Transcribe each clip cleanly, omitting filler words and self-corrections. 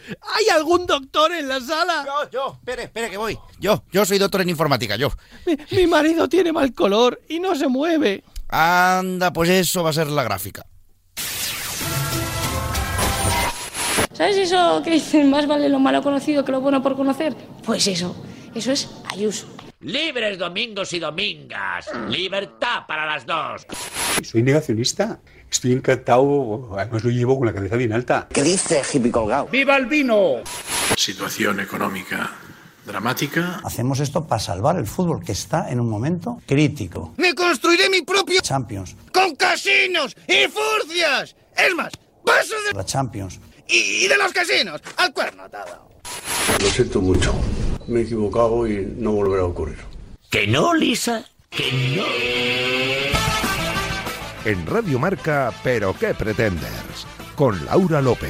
¿Hay algún doctor en la sala? Espere, que voy. Yo soy doctor en informática, yo. Mi marido tiene mal color y no se mueve. Anda, pues eso va a ser la gráfica. ¿Sabes eso que dicen, más vale lo malo conocido que lo bueno por conocer? Pues eso es Ayuso. Libres domingos y domingas. Libertad para las dos. Soy negacionista. Estoy encantado. Además lo llevo con la cabeza bien alta. ¿Qué dice, hippie colgado? ¡Viva el vino! Situación económica dramática. Hacemos esto para salvar el fútbol, que está en un momento crítico. ¡Me construiré mi propio Champions. con casinos y furcias! Es más, paso de La Champions. y de los casinos al cuerno atado. Lo siento mucho. Me he equivocado y no volverá a ocurrir. ¿Que no, Lisa? ¿Que no? En Radio Marca, ¿pero qué pretenders? Con Laura López.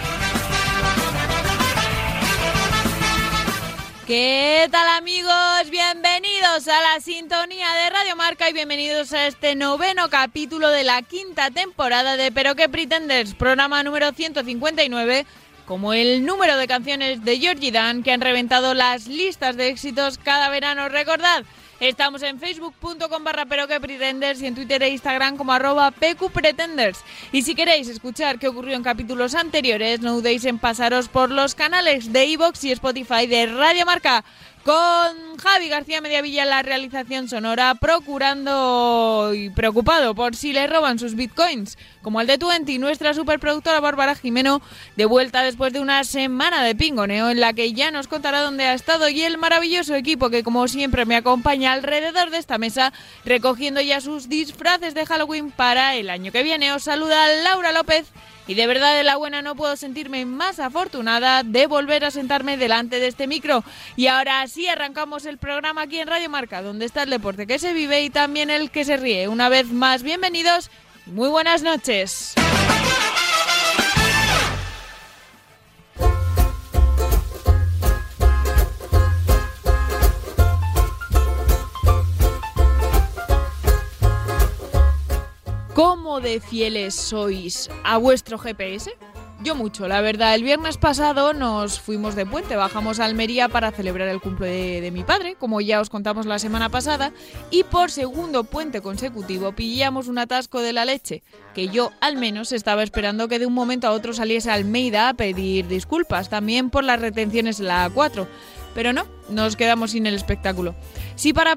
¿Qué tal, amigos? Bienvenidos a la sintonía de Radio Marca y bienvenidos a este 9º capítulo de la 5ª temporada de Pero qué Pretenders, programa número 159, como el número de canciones de Georgie Dan que han reventado las listas de éxitos cada verano. Recordad, estamos en facebook.com/peroquepretenders y en Twitter e Instagram como @pqpretenders. Y si queréis escuchar qué ocurrió en capítulos anteriores, no dudéis en pasaros por los canales de iVoox y Spotify de Radio Marca, con Javi García Mediavilla en la realización sonora, procurando y preocupado por si le roban sus bitcoins, como el de Twenty, nuestra superproductora Bárbara Jimeno, de vuelta después de una semana de pingoneo en la que ya nos contará dónde ha estado, y el maravilloso equipo que como siempre me acompaña alrededor de esta mesa, recogiendo ya sus disfraces de Halloween para el año que viene. Os saluda Laura López. Y de verdad, de la buena, no puedo sentirme más afortunada de volver a sentarme delante de este micro. Y ahora sí arrancamos el programa aquí en Radio Marca, donde está el deporte que se vive y también el que se ríe. Una vez más, bienvenidos, muy buenas noches. ¿Cómo de fieles sois a vuestro GPS? Yo mucho, la verdad. El viernes pasado nos fuimos de puente, bajamos a Almería para celebrar el cumple de mi padre, como ya os contamos la semana pasada, y por segundo puente consecutivo pillamos un atasco de la leche, que yo al menos estaba esperando que de un momento a otro saliese Almeida a pedir disculpas, también por las retenciones en la A4. Pero no, nos quedamos sin el espectáculo. Si para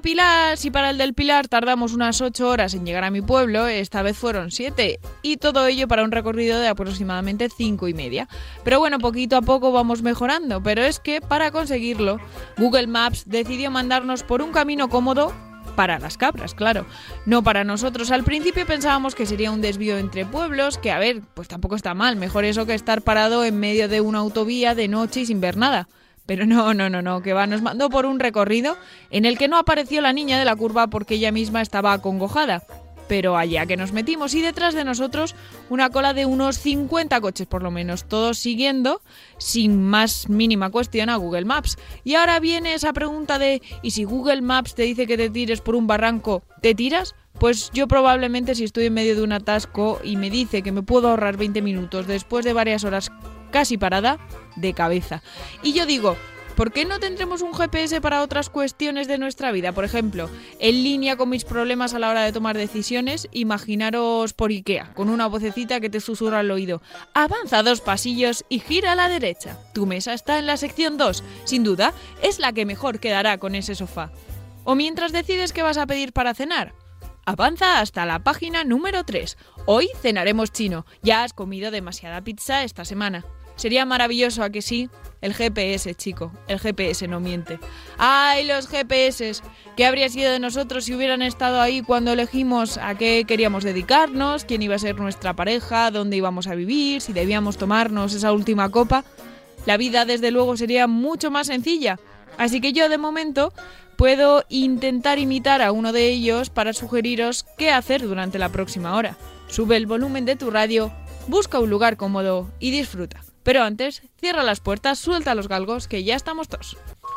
el del Pilar tardamos unas 8 horas en llegar a mi pueblo, esta vez fueron 7. Y todo ello para un recorrido de aproximadamente 5:30. Pero bueno, poquito a poco vamos mejorando. Pero es que para conseguirlo, Google Maps decidió mandarnos por un camino cómodo para las cabras, claro, no para nosotros. Al principio pensábamos que sería un desvío entre pueblos, que a ver, pues tampoco está mal. Mejor eso que estar parado en medio de una autovía de noche y sin ver nada. Pero no, que va, nos mandó por un recorrido en el que no apareció la niña de la curva porque ella misma estaba acongojada. Pero allá que nos metimos, y detrás de nosotros una cola de unos 50 coches por lo menos, todos siguiendo sin más mínima cuestión a Google Maps. Y ahora viene esa pregunta de ¿y si Google Maps te dice que te tires por un barranco, te tiras? Pues yo probablemente, si estoy en medio de un atasco y me dice que me puedo ahorrar 20 minutos después de varias horas casi parada, de cabeza. Y yo digo, ¿por qué no tendremos un GPS para otras cuestiones de nuestra vida? Por ejemplo, en línea con mis problemas a la hora de tomar decisiones, imaginaros por Ikea, con una vocecita que te susurra al oído: avanza 2 pasillos y gira a la derecha. Tu mesa está en la sección 2. Sin duda, es la que mejor quedará con ese sofá. O mientras decides qué vas a pedir para cenar, avanza hasta la página número 3. Hoy cenaremos chino. Ya has comido demasiada pizza esta semana. Sería maravilloso, ¿a que sí? El GPS, chico. El GPS no miente. ¡Ay, los GPS! ¿Qué habría sido de nosotros si hubieran estado ahí cuando elegimos a qué queríamos dedicarnos, quién iba a ser nuestra pareja, dónde íbamos a vivir, si debíamos tomarnos esa última copa? La vida, desde luego, sería mucho más sencilla. Así que yo, de momento, puedo intentar imitar a uno de ellos para sugeriros qué hacer durante la próxima hora. Sube el volumen de tu radio, busca un lugar cómodo y disfruta. Pero antes, cierra las puertas, suelta los galgos, que ya estamos todos.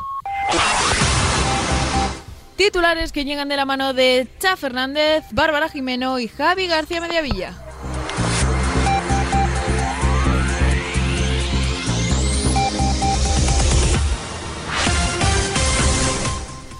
Titulares que llegan de la mano de Cha Fernández, Bárbara Jimeno y Javi García Mediavilla.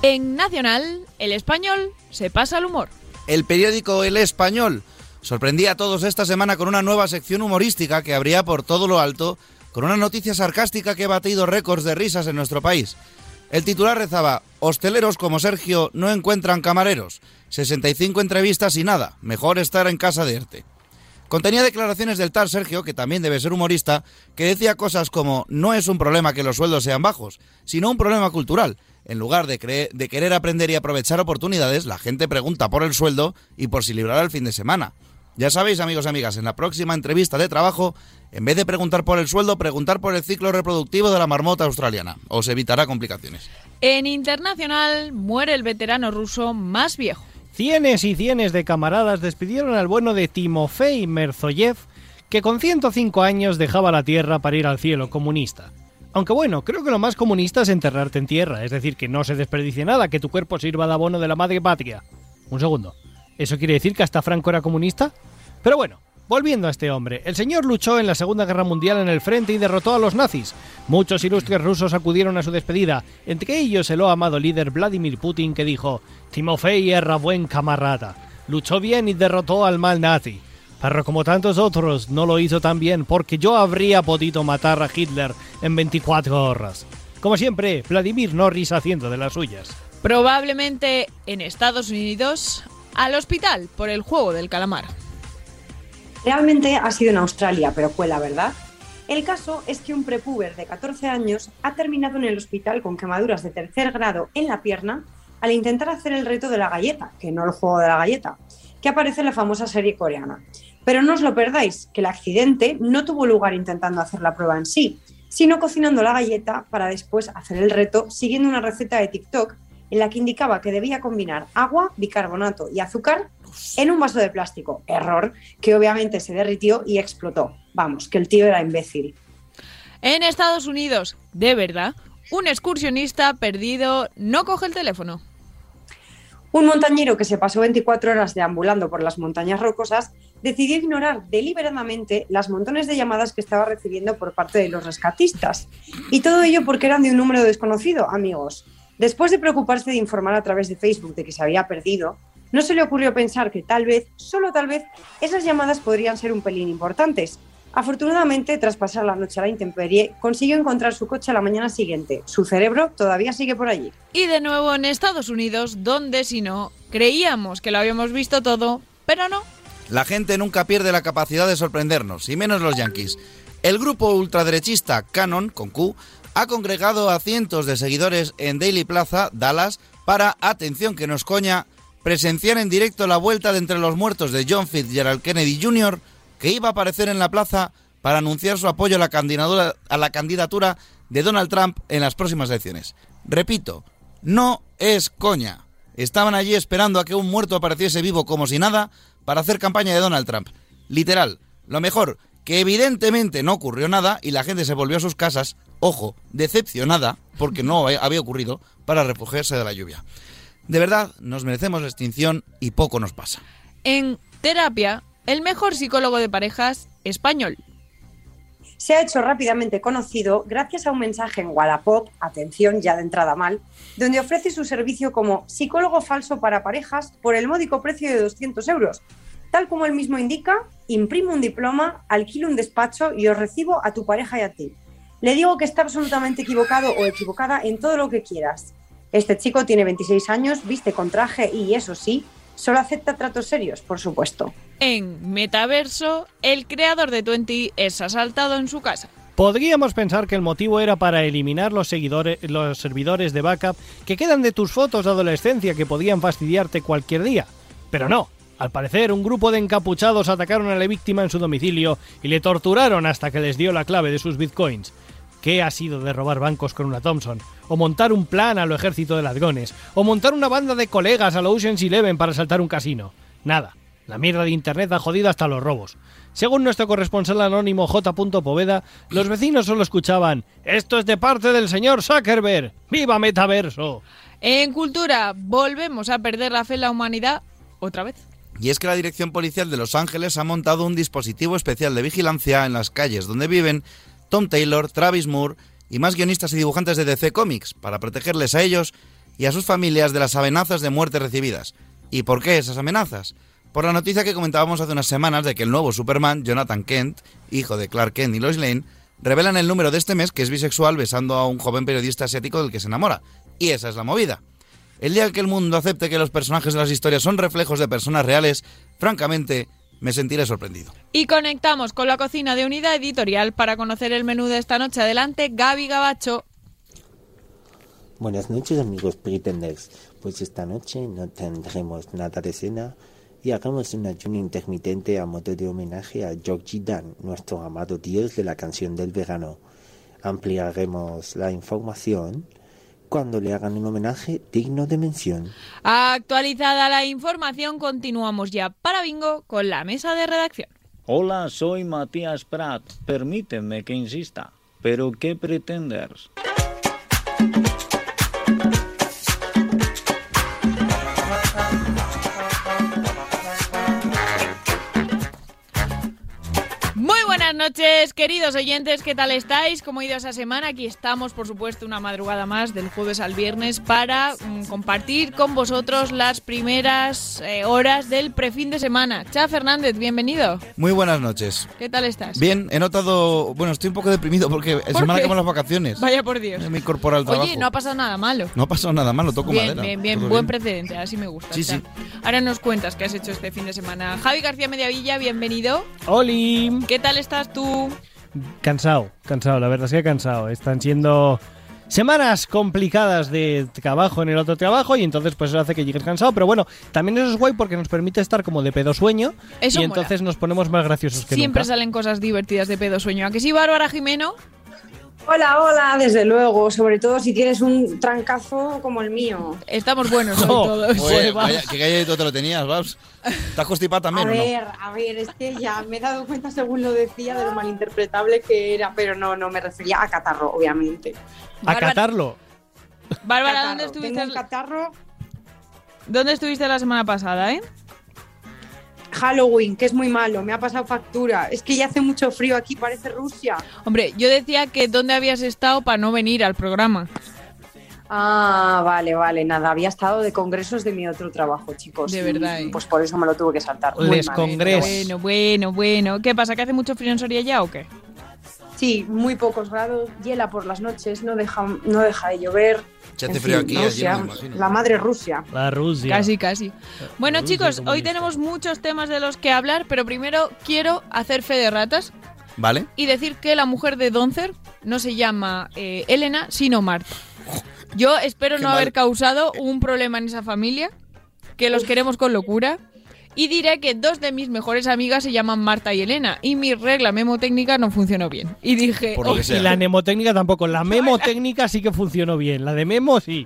En Nacional, El Español se pasa al humor. El periódico El Español sorprendía a todos esta semana con una nueva sección humorística que abría por todo lo alto con una noticia sarcástica que ha batido récords de risas en nuestro país. El titular rezaba: hosteleros como Sergio no encuentran camareros, 65 entrevistas y nada, mejor estar en casa de ERTE. Contenía declaraciones del tal Sergio, que también debe ser humorista, que decía cosas como: no es un problema que los sueldos sean bajos, sino un problema cultural. En lugar de querer aprender y aprovechar oportunidades, la gente pregunta por el sueldo y por si librará el fin de semana. Ya sabéis, amigos y amigas, en la próxima entrevista de trabajo, en vez de preguntar por el sueldo, preguntar por el ciclo reproductivo de la marmota australiana. Os evitará complicaciones. En Internacional, muere el veterano ruso más viejo. Cienes y cienes de camaradas despidieron al bueno de Timofey Merzoyev, que con 105 años dejaba la tierra para ir al cielo comunista. Aunque bueno, creo que lo más comunista es enterrarte en tierra, es decir, que no se desperdicie nada, que tu cuerpo sirva de abono de la madre patria. Un segundo, ¿eso quiere decir que hasta Franco era comunista? Pero bueno, volviendo a este hombre, el señor luchó en la Segunda Guerra Mundial en el frente y derrotó a los nazis. Muchos ilustres rusos acudieron a su despedida, entre ellos el amado líder Vladimir Putin, que dijo: Timofey era buen camarada, luchó bien y derrotó al mal nazi. Pero como tantos otros, no lo hizo tan bien porque yo habría podido matar a Hitler en 24 horas. Como siempre, Vladimir Norris haciendo de las suyas. Probablemente en Estados Unidos, al hospital por el juego del calamar. Realmente ha sido en Australia, pero fue la verdad. El caso es que un prepúber de 14 años ha terminado en el hospital con quemaduras de tercer grado en la pierna al intentar hacer el reto de la galleta, que no el juego de la galleta, que aparece en la famosa serie coreana. Pero no os lo perdáis, que el accidente no tuvo lugar intentando hacer la prueba en sí, sino cocinando la galleta para después hacer el reto siguiendo una receta de TikTok en la que indicaba que debía combinar agua, bicarbonato y azúcar en un vaso de plástico. Error, que obviamente se derritió y explotó. Vamos, que el tío era imbécil. En Estados Unidos, de verdad, un excursionista perdido no coge el teléfono. Un montañero que se pasó 24 horas deambulando por las montañas rocosas decidió ignorar deliberadamente las montones de llamadas que estaba recibiendo por parte de los rescatistas. Y todo ello porque eran de un número desconocido, amigos. Después de preocuparse de informar a través de Facebook de que se había perdido, no se le ocurrió pensar que tal vez, solo tal vez, esas llamadas podrían ser un pelín importantes. Afortunadamente, tras pasar la noche a la intemperie, consiguió encontrar su coche a la mañana siguiente. Su cerebro todavía sigue por allí. Y de nuevo en Estados Unidos, donde si no, creíamos que lo habíamos visto todo, pero no. La gente nunca pierde la capacidad de sorprendernos, y menos los yanquis. El grupo ultraderechista Canon, con Q, ha congregado a cientos de seguidores en Daily Plaza, Dallas, para, atención que nos coña, presenciar en directo la vuelta de entre los muertos de John Fitzgerald Kennedy Jr., que iba a aparecer en la plaza para anunciar su apoyo a la candidatura de Donald Trump en las próximas elecciones. Repito, no es coña. Estaban allí esperando a que un muerto apareciese vivo como si nada para hacer campaña de Donald Trump. Literal. Lo mejor, que evidentemente no ocurrió nada y la gente se volvió a sus casas, ojo, decepcionada, porque no había ocurrido, para refugiarse de la lluvia. De verdad, nos merecemos la extinción y poco nos pasa. En terapia, el mejor psicólogo de parejas español. Se ha hecho rápidamente conocido gracias a un mensaje en Wallapop, atención ya de entrada mal, donde ofrece su servicio como psicólogo falso para parejas por el módico precio de 200 euros. Tal como él mismo indica, imprimo un diploma, alquilo un despacho y os recibo a tu pareja y a ti. Le digo que está absolutamente equivocado o equivocada en todo lo que quieras. Este chico tiene 26 años, viste con traje y, eso sí, solo acepta tratos serios, por supuesto. En Metaverso, el creador de Twenty es asaltado en su casa. Podríamos pensar que el motivo era para eliminar los servidores de backup que quedan de tus fotos de adolescencia que podían fastidiarte cualquier día. Pero no. Al parecer, un grupo de encapuchados atacaron a la víctima en su domicilio y le torturaron hasta que les dio la clave de sus bitcoins. ¿Qué ha sido de robar bancos con una Thompson? ¿O montar un plan a lo ejército de ladrones? ¿O montar una banda de colegas a lo Ocean's 11 para asaltar un casino? Nada. La mierda de internet ha jodido hasta los robos. Según nuestro corresponsal anónimo J. Poveda, los vecinos solo escuchaban: «Esto es de parte del señor Zuckerberg. ¡Viva Metaverso!». En cultura, volvemos a perder la fe en la humanidad otra vez. Y es que la Dirección Policial de Los Ángeles ha montado un dispositivo especial de vigilancia en las calles donde viven Tom Taylor, Travis Moore y más guionistas y dibujantes de DC Comics para protegerles a ellos y a sus familias de las amenazas de muerte recibidas. ¿Y por qué esas amenazas? Por la noticia que comentábamos hace unas semanas de que el nuevo Superman, Jonathan Kent, hijo de Clark Kent y Lois Lane, revelan el número de este mes que es bisexual besando a un joven periodista asiático del que se enamora. Y esa es la movida. El día que el mundo acepte que los personajes de las historias son reflejos de personas reales, francamente, me sentiré sorprendido. Y conectamos con la cocina de Unidad Editorial para conocer el menú de esta noche. Adelante, Gaby Gabacho. Buenas noches, amigos Pretenders. Pues esta noche no tendremos nada de cena y hagamos un ayuno intermitente a modo de homenaje a Georgie Dan, nuestro amado dios de la canción del verano. Ampliaremos la información cuando le hagan un homenaje digno de mención. Actualizada la información, continuamos ya para Bingo con la mesa de redacción. Hola, soy Matías Prat. Permíteme que insista. ¿Pero qué Pretenders? Muy buenas noches, queridos oyentes, ¿qué tal estáis? ¿Cómo ha ido esa semana? Aquí estamos, por supuesto, una madrugada más del jueves al viernes para compartir con vosotros las primeras horas del prefin de semana. Cha Fernández, bienvenido. Muy buenas noches. ¿Qué tal estás? Bien, he notado... Bueno, estoy un poco deprimido porque semana acabamos las vacaciones. Vaya por Dios. Me incorpora al trabajo. Oye, no ha pasado nada malo. No ha pasado nada malo, toco bien, madera. Bien, todo buen bien. precedente, así me gusta. Sí, Cha. sí. Ahora nos cuentas qué has hecho este fin de semana. Javi García Mediavilla, bienvenido. ¡Holi! ¿Qué tal estás tú? Cansado, la verdad es que cansado. Están siendo semanas complicadas de trabajo en el otro trabajo y entonces pues eso hace que llegues cansado. Pero bueno, también eso es guay porque nos permite estar como de pedo sueño Eso y mola. entonces nos ponemos más graciosos que Siempre nunca. salen cosas divertidas de pedo sueño. ¿A que sí, Bárbara Jimeno? Hola, desde luego, sobre todo si tienes un trancazo como el mío. Estamos buenos hoy No, todos. Oye, vaya, ¿qué galletito te lo tenías, Babs? ¿Estás constipada también o no? A ver, es que ya me he dado cuenta según lo decía de lo malinterpretable que era, pero no me refería a catarro, obviamente. A catarlo. Bárbara, Catarro. ¿dónde estuviste? Tengo un catarro. ¿Dónde estuviste la semana pasada, Halloween, que es muy malo, me ha pasado factura. Es que ya hace mucho frío aquí, parece Rusia. Hombre, yo decía que dónde habías estado para no venir al programa. Ah, vale, nada, había estado de congresos de mi otro trabajo, chicos. De verdad, Pues por eso me lo tuve que saltar. Muy Les mal, congresos. Bueno. ¿Qué pasa, que hace mucho frío en Soria ya o qué? Sí, muy pocos grados, hiela por las noches, no deja de llover. Se hace En frío fin, aquí, allí Rusia, no me imagino. la madre Rusia. La Rusia. Casi. Bueno, Rusia chicos, hoy comunista. tenemos muchos temas de los que hablar, pero primero quiero hacer fe de ratas ¿Vale? y decir que la mujer de Doncer no se llama Elena, sino Marta. Yo espero Qué no mal. haber causado un problema en esa familia, que los queremos con locura. Y diré que dos de mis mejores amigas se llaman Marta y Elena, y mi regla memotécnica no funcionó bien. Y dije, Por lo que Y sea. la mnemotécnica tampoco. La memotécnica sí que funcionó bien. La de memo sí.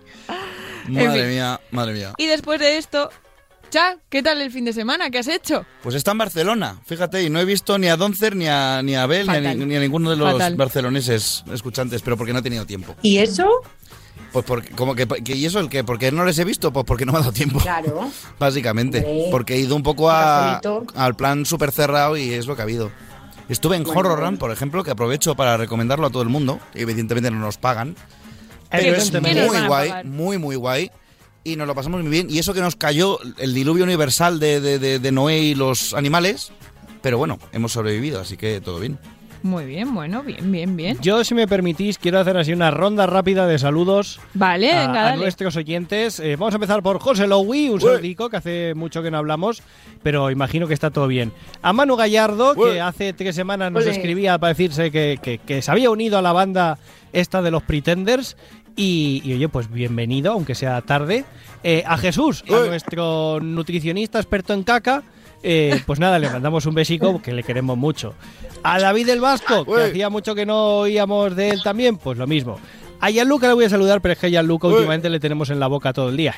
Madre mía. y después de esto, Cha, ¿qué tal el fin de semana? ¿Qué has hecho? Pues está en Barcelona, fíjate, y no he visto ni a Doncer, ni a Abel, Fatal. ni a ninguno de los Fatal. barceloneses escuchantes, pero porque no he tenido tiempo. ¿Y eso? Pues porque, como que ¿y eso el qué? ¿Por qué no les he visto? Pues porque no me ha dado tiempo. Claro. Básicamente. Hombre. Porque he ido un poco Rafaelito. al plan súper cerrado y es lo que ha habido. Estuve en Horror Run, por ejemplo, que aprovecho para recomendarlo a todo el mundo. Evidentemente no nos pagan. Pero es Evidentemente. nos van muy a guay, pagar? muy guay. Y nos lo pasamos muy bien. Y eso que nos cayó el diluvio universal de Noé y los animales. Pero bueno, hemos sobrevivido, así que todo bien. Muy bien, bueno, bien. Yo, si me permitís, quiero hacer así una ronda rápida de saludos Vale, venga, a dale. nuestros oyentes. Vamos a empezar por José Lowy, un saludico que hace mucho que no hablamos, pero imagino que está todo bien. A Manu Gallardo, que hace 3 semanas nos Ole. escribía para decirse que se había unido a la banda esta de los Pretenders. Y oye, pues bienvenido, aunque sea tarde. A Jesús, a nuestro nutricionista experto en caca. Pues nada, le mandamos un besico que le queremos mucho. A David el Vasco, que hacía mucho que no oíamos de él también, pues lo mismo. A Gianluca le voy a saludar, pero es que a Gianluca últimamente le tenemos en la boca todo el día.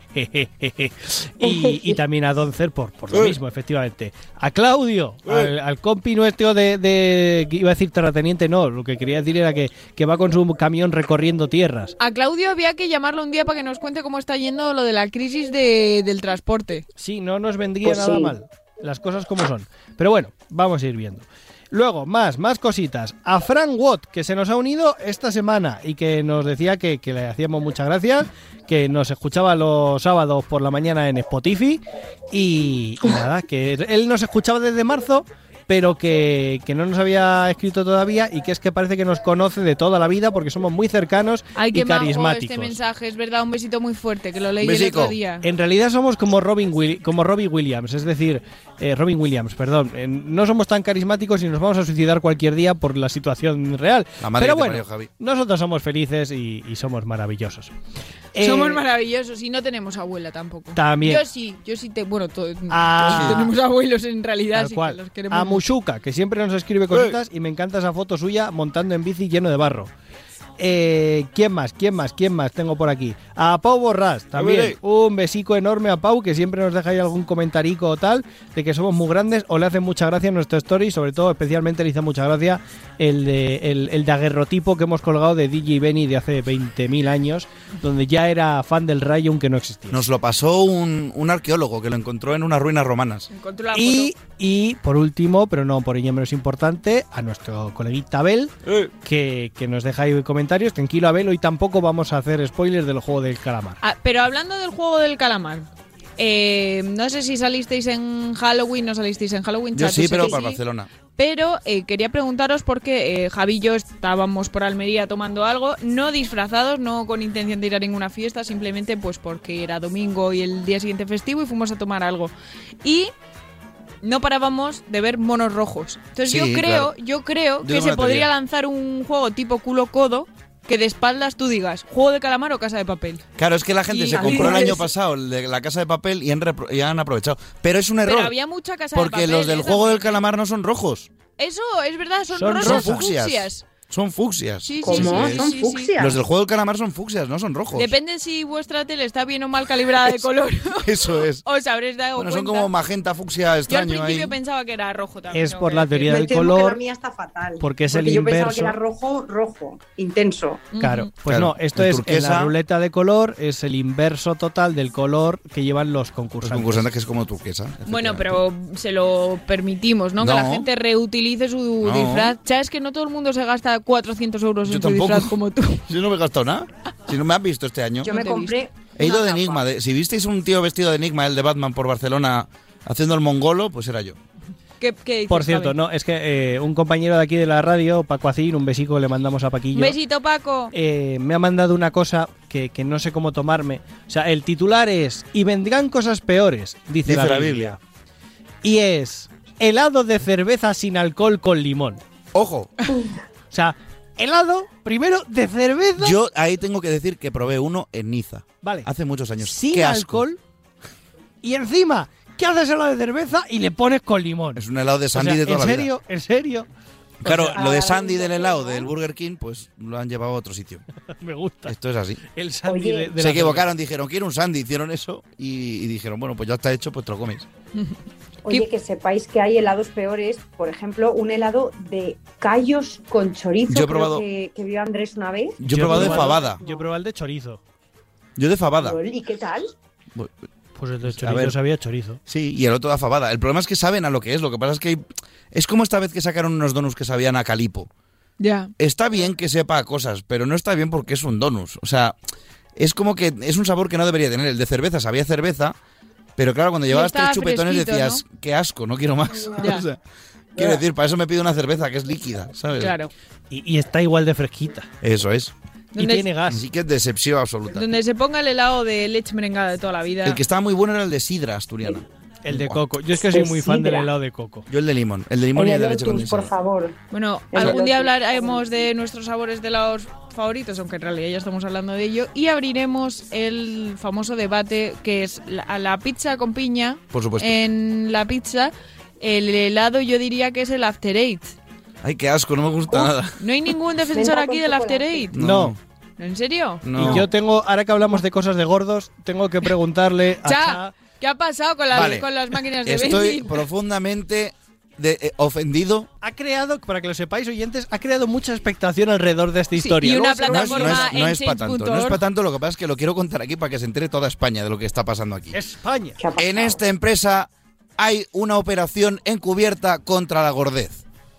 y también a Doncer por lo mismo, efectivamente. A Claudio, al compi nuestro de iba a decir terrateniente, no, lo que quería decir era que va con su camión recorriendo tierras. A Claudio había que llamarlo un día para que nos cuente cómo está yendo lo de la crisis del transporte. Sí, no nos vendría Pues nada sí. mal. Las cosas como son. Pero bueno, vamos a ir viendo. Luego, más cositas. A Frank Watt, que se nos ha unido esta semana y que nos decía que le hacíamos muchas gracias, que nos escuchaba los sábados por la mañana en Spotify y nada, que él nos escuchaba desde marzo, pero que no nos había escrito todavía y que es que parece que nos conoce de toda la vida porque somos muy cercanos y carismáticos. Este mensaje, es verdad, un besito muy fuerte, que lo leí el otro día. En realidad somos como Robbie Williams, es decir, Robin Williams, perdón. No somos tan carismáticos y nos vamos a suicidar cualquier día por la situación real. Pero bueno, nosotros somos felices y somos maravillosos. Somos maravillosos y no tenemos abuela tampoco. También. Yo sí bueno, todos tenemos abuelos en realidad, tal cual. Que los queremos. A Mushuka, que siempre nos escribe cositas y me encanta esa foto suya montando en bici lleno de barro. ¿Quién más tengo por aquí? A Pau Borrás también. Un besico enorme a Pau, que siempre nos deja ahí algún comentarico o tal de que somos muy grandes o le hace mucha gracia nuestra story. Sobre todo, especialmente le hizo mucha gracia el de aguerrotipo que hemos colgado de DJ Benny de hace 20.000 años, donde ya era fan del Rayo aunque no existía. Nos lo pasó un arqueólogo que lo encontró en unas ruinas romanas. Y por último, pero no por ello menos importante, a nuestro coleguita Abel, que nos deja ahí comentarios. Tranquilo, Abel, hoy tampoco vamos a hacer spoilers del juego del calamar. Pero hablando del juego del calamar, no sé si salisteis en Halloween, no salisteis en Halloween. Yo sí, pero para Barcelona. Pero quería preguntaros porque Javi y yo estábamos por Almería tomando algo, no disfrazados, no con intención de ir a ninguna fiesta, simplemente pues porque era domingo y el día siguiente festivo y fuimos a tomar algo. Y no parábamos de ver monos rojos. Entonces sí, yo creo que se podría lanzar un juego tipo culo-codo que de espaldas tú digas juego de calamar o Casa de Papel. Claro, es que la gente se compró el año pasado el de la Casa de Papel y han aprovechado. Pero es un error. Pero había mucha Casa de Papel. Porque los del juego del calamar no son rojos. Eso, es verdad, son rosas fucsias. Son fucsias. Sí, ¿Cómo? ¿Son fucsias? Los del juego del calamar son fucsias, no son rojos. Depende si vuestra tele está bien o mal calibrada de color. Eso es. Os habréis dado cuenta. Son como magenta, fucsia, extraño. Yo al principio ahí pensaba que era rojo también. Es por la teoría del color. Que la mía está fatal. Porque es el inverso. Yo pensaba que era rojo, intenso. Claro, pues no, esto es en la ruleta de color, es el inverso total del color que llevan los concursantes. Los concursantes que es como turquesa. Bueno, pero se lo permitimos, ¿no? Que la gente reutilice su disfraz. ¿Sabes que no todo el mundo se gasta 400 euros en su disfraz como tú? Yo no me he gastado nada. Si no me has visto este año. Yo me compré. He ido de Enigma. Si visteis un tío vestido de Enigma, el de Batman, por Barcelona, haciendo el mongolo, pues era yo. ¿Qué dices, por cierto, Javi? no, es que un compañero de aquí de la radio, Paco Acín, un besico le mandamos a Paquillo. Besito, Paco. Me ha mandado una cosa que no sé cómo tomarme. O sea, el titular es "Y vendrán cosas peores", dice la Biblia. Y es helado de cerveza sin alcohol con limón. ¡Ojo! O sea, helado, primero, de cerveza. Yo ahí tengo que decir que probé uno en Niza. Vale. Hace muchos años. Sin alcohol. Y encima, ¿qué haces helado de cerveza y le pones con limón? Es un helado de Sandy de toda la vida. ¿En serio? Claro, o sea, lo de Sandy del helado del Burger King, pues lo han llevado a otro sitio. Me gusta. Esto es así. El Sandy de se equivocaron, dijeron, quiero un Sandy, hicieron eso y dijeron, bueno, pues ya está hecho, pues te lo comes. Oye, que sepáis que hay helados peores. Por ejemplo, un helado de callos con chorizo. Yo he probado, que vio Andrés una vez. Yo he probado de fabada. Yo he probado el de chorizo. Yo de fabada. ¿Y qué tal? Pues el de chorizo sabía chorizo. Sí, y el otro de fabada. El problema es que saben a lo que es. Lo que pasa es que es como esta vez que sacaron unos donuts que sabían a calipo. Ya. Está bien que sepa a cosas, pero no está bien porque es un donus. O sea, es como que es un sabor que no debería tener. El de cerveza sabía cerveza, pero claro, cuando llevabas 3 chupetones decías, ¿no? Qué asco, no quiero más. O sea, quiero decir, para eso me pido una cerveza que es líquida, ¿sabes? Claro. Y está igual de fresquita. Eso es. Y tiene gas. Así que es decepción absoluta. Donde se ponga el helado de leche merengada de toda la vida. El que estaba muy bueno era el de sidra asturiana. El de coco. Yo es que soy muy fan del helado de coco. Yo el de limón. El de limón y el de leche condensada. Por favor. Bueno, algún día hablaremos de nuestros sabores de helados favoritos, aunque en realidad ya estamos hablando de ello. Y abriremos el famoso debate que es la pizza con piña. Por supuesto. En la pizza, el helado yo diría que es el After Eight. Ay, qué asco, no me gusta nada. ¿No hay ningún defensor aquí del After Eight? No. ¿En serio? No. Y yo tengo, ahora que hablamos de cosas de gordos, tengo que preguntarle a Cha. ¿Qué ha pasado con las máquinas de vending? Estoy profundamente ofendido. Ha creado, para que lo sepáis, oyentes, ha creado mucha expectación alrededor de esta historia. Y una plataforma no es para tanto. No es para tanto, lo que pasa es que lo quiero contar aquí para que se entere toda España de lo que está pasando aquí. España. En esta empresa hay una operación encubierta contra la gordez.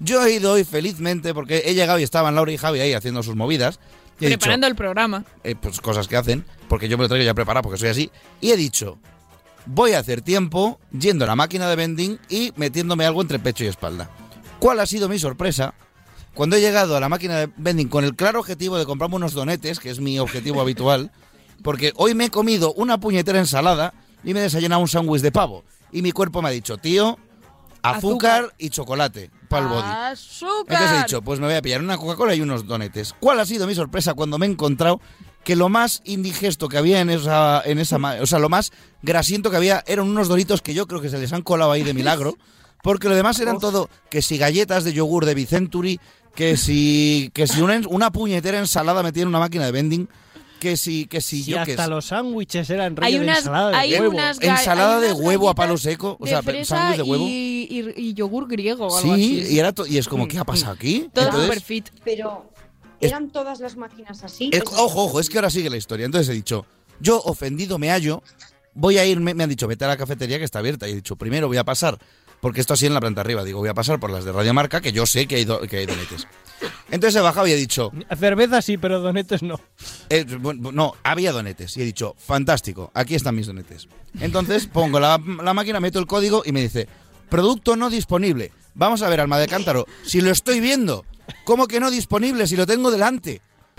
Yo he ido hoy felizmente porque he llegado y estaban Laura y Javi ahí haciendo sus movidas. Y preparando he dicho, el programa. Pues cosas que hacen, porque yo me lo traigo ya preparado porque soy así. Y he dicho, voy a hacer tiempo yendo a la máquina de vending y metiéndome algo entre pecho y espalda. ¿Cuál ha sido mi sorpresa? Cuando he llegado a la máquina de vending con el claro objetivo de comprarme unos donetes, que es mi objetivo habitual, porque hoy me he comido una puñetera ensalada y me he desayunado un sándwich de pavo. Y mi cuerpo me ha dicho, tío, azúcar y chocolate para el body. ¡Azúcar! Entonces he dicho, pues me voy a pillar una Coca-Cola y unos donetes. ¿Cuál ha sido mi sorpresa cuando me he encontrado que lo más indigesto que había en esa o sea, lo más grasiento que había eran unos doritos que yo creo que se les han colado ahí de milagro, porque lo demás eran todo, que si galletas de yogur de Vicenturi, que si una puñetera ensalada metida en una máquina de vending, que si yo hasta que es. los sándwiches eran rellenos de ensalada de huevo. Ensalada de huevo a palo seco, o sea, fresa sándwich de huevo. Y yogur griego o algo así. Sí, y es como, ¿qué ha pasado aquí? Todo Entonces, super fit. Pero, ¿eran todas las máquinas así? Ojo, es que ahora sigue la historia. Entonces he dicho, yo ofendido me hallo, voy a irme, me han dicho, vete a la cafetería que está abierta. Y he dicho, primero voy a pasar, porque esto así en la planta arriba, digo, voy a pasar por las de Radio Marca, que yo sé que hay donetes. Entonces he bajado y he dicho... Cerveza sí, pero donetes no. No, había donetes. Y he dicho, fantástico, aquí están mis donetes. Entonces pongo la máquina, meto el código y me dice, producto no disponible. Vamos a ver, Alma de Cántaro, si lo estoy viendo. ¿Cómo que no disponible si lo tengo delante?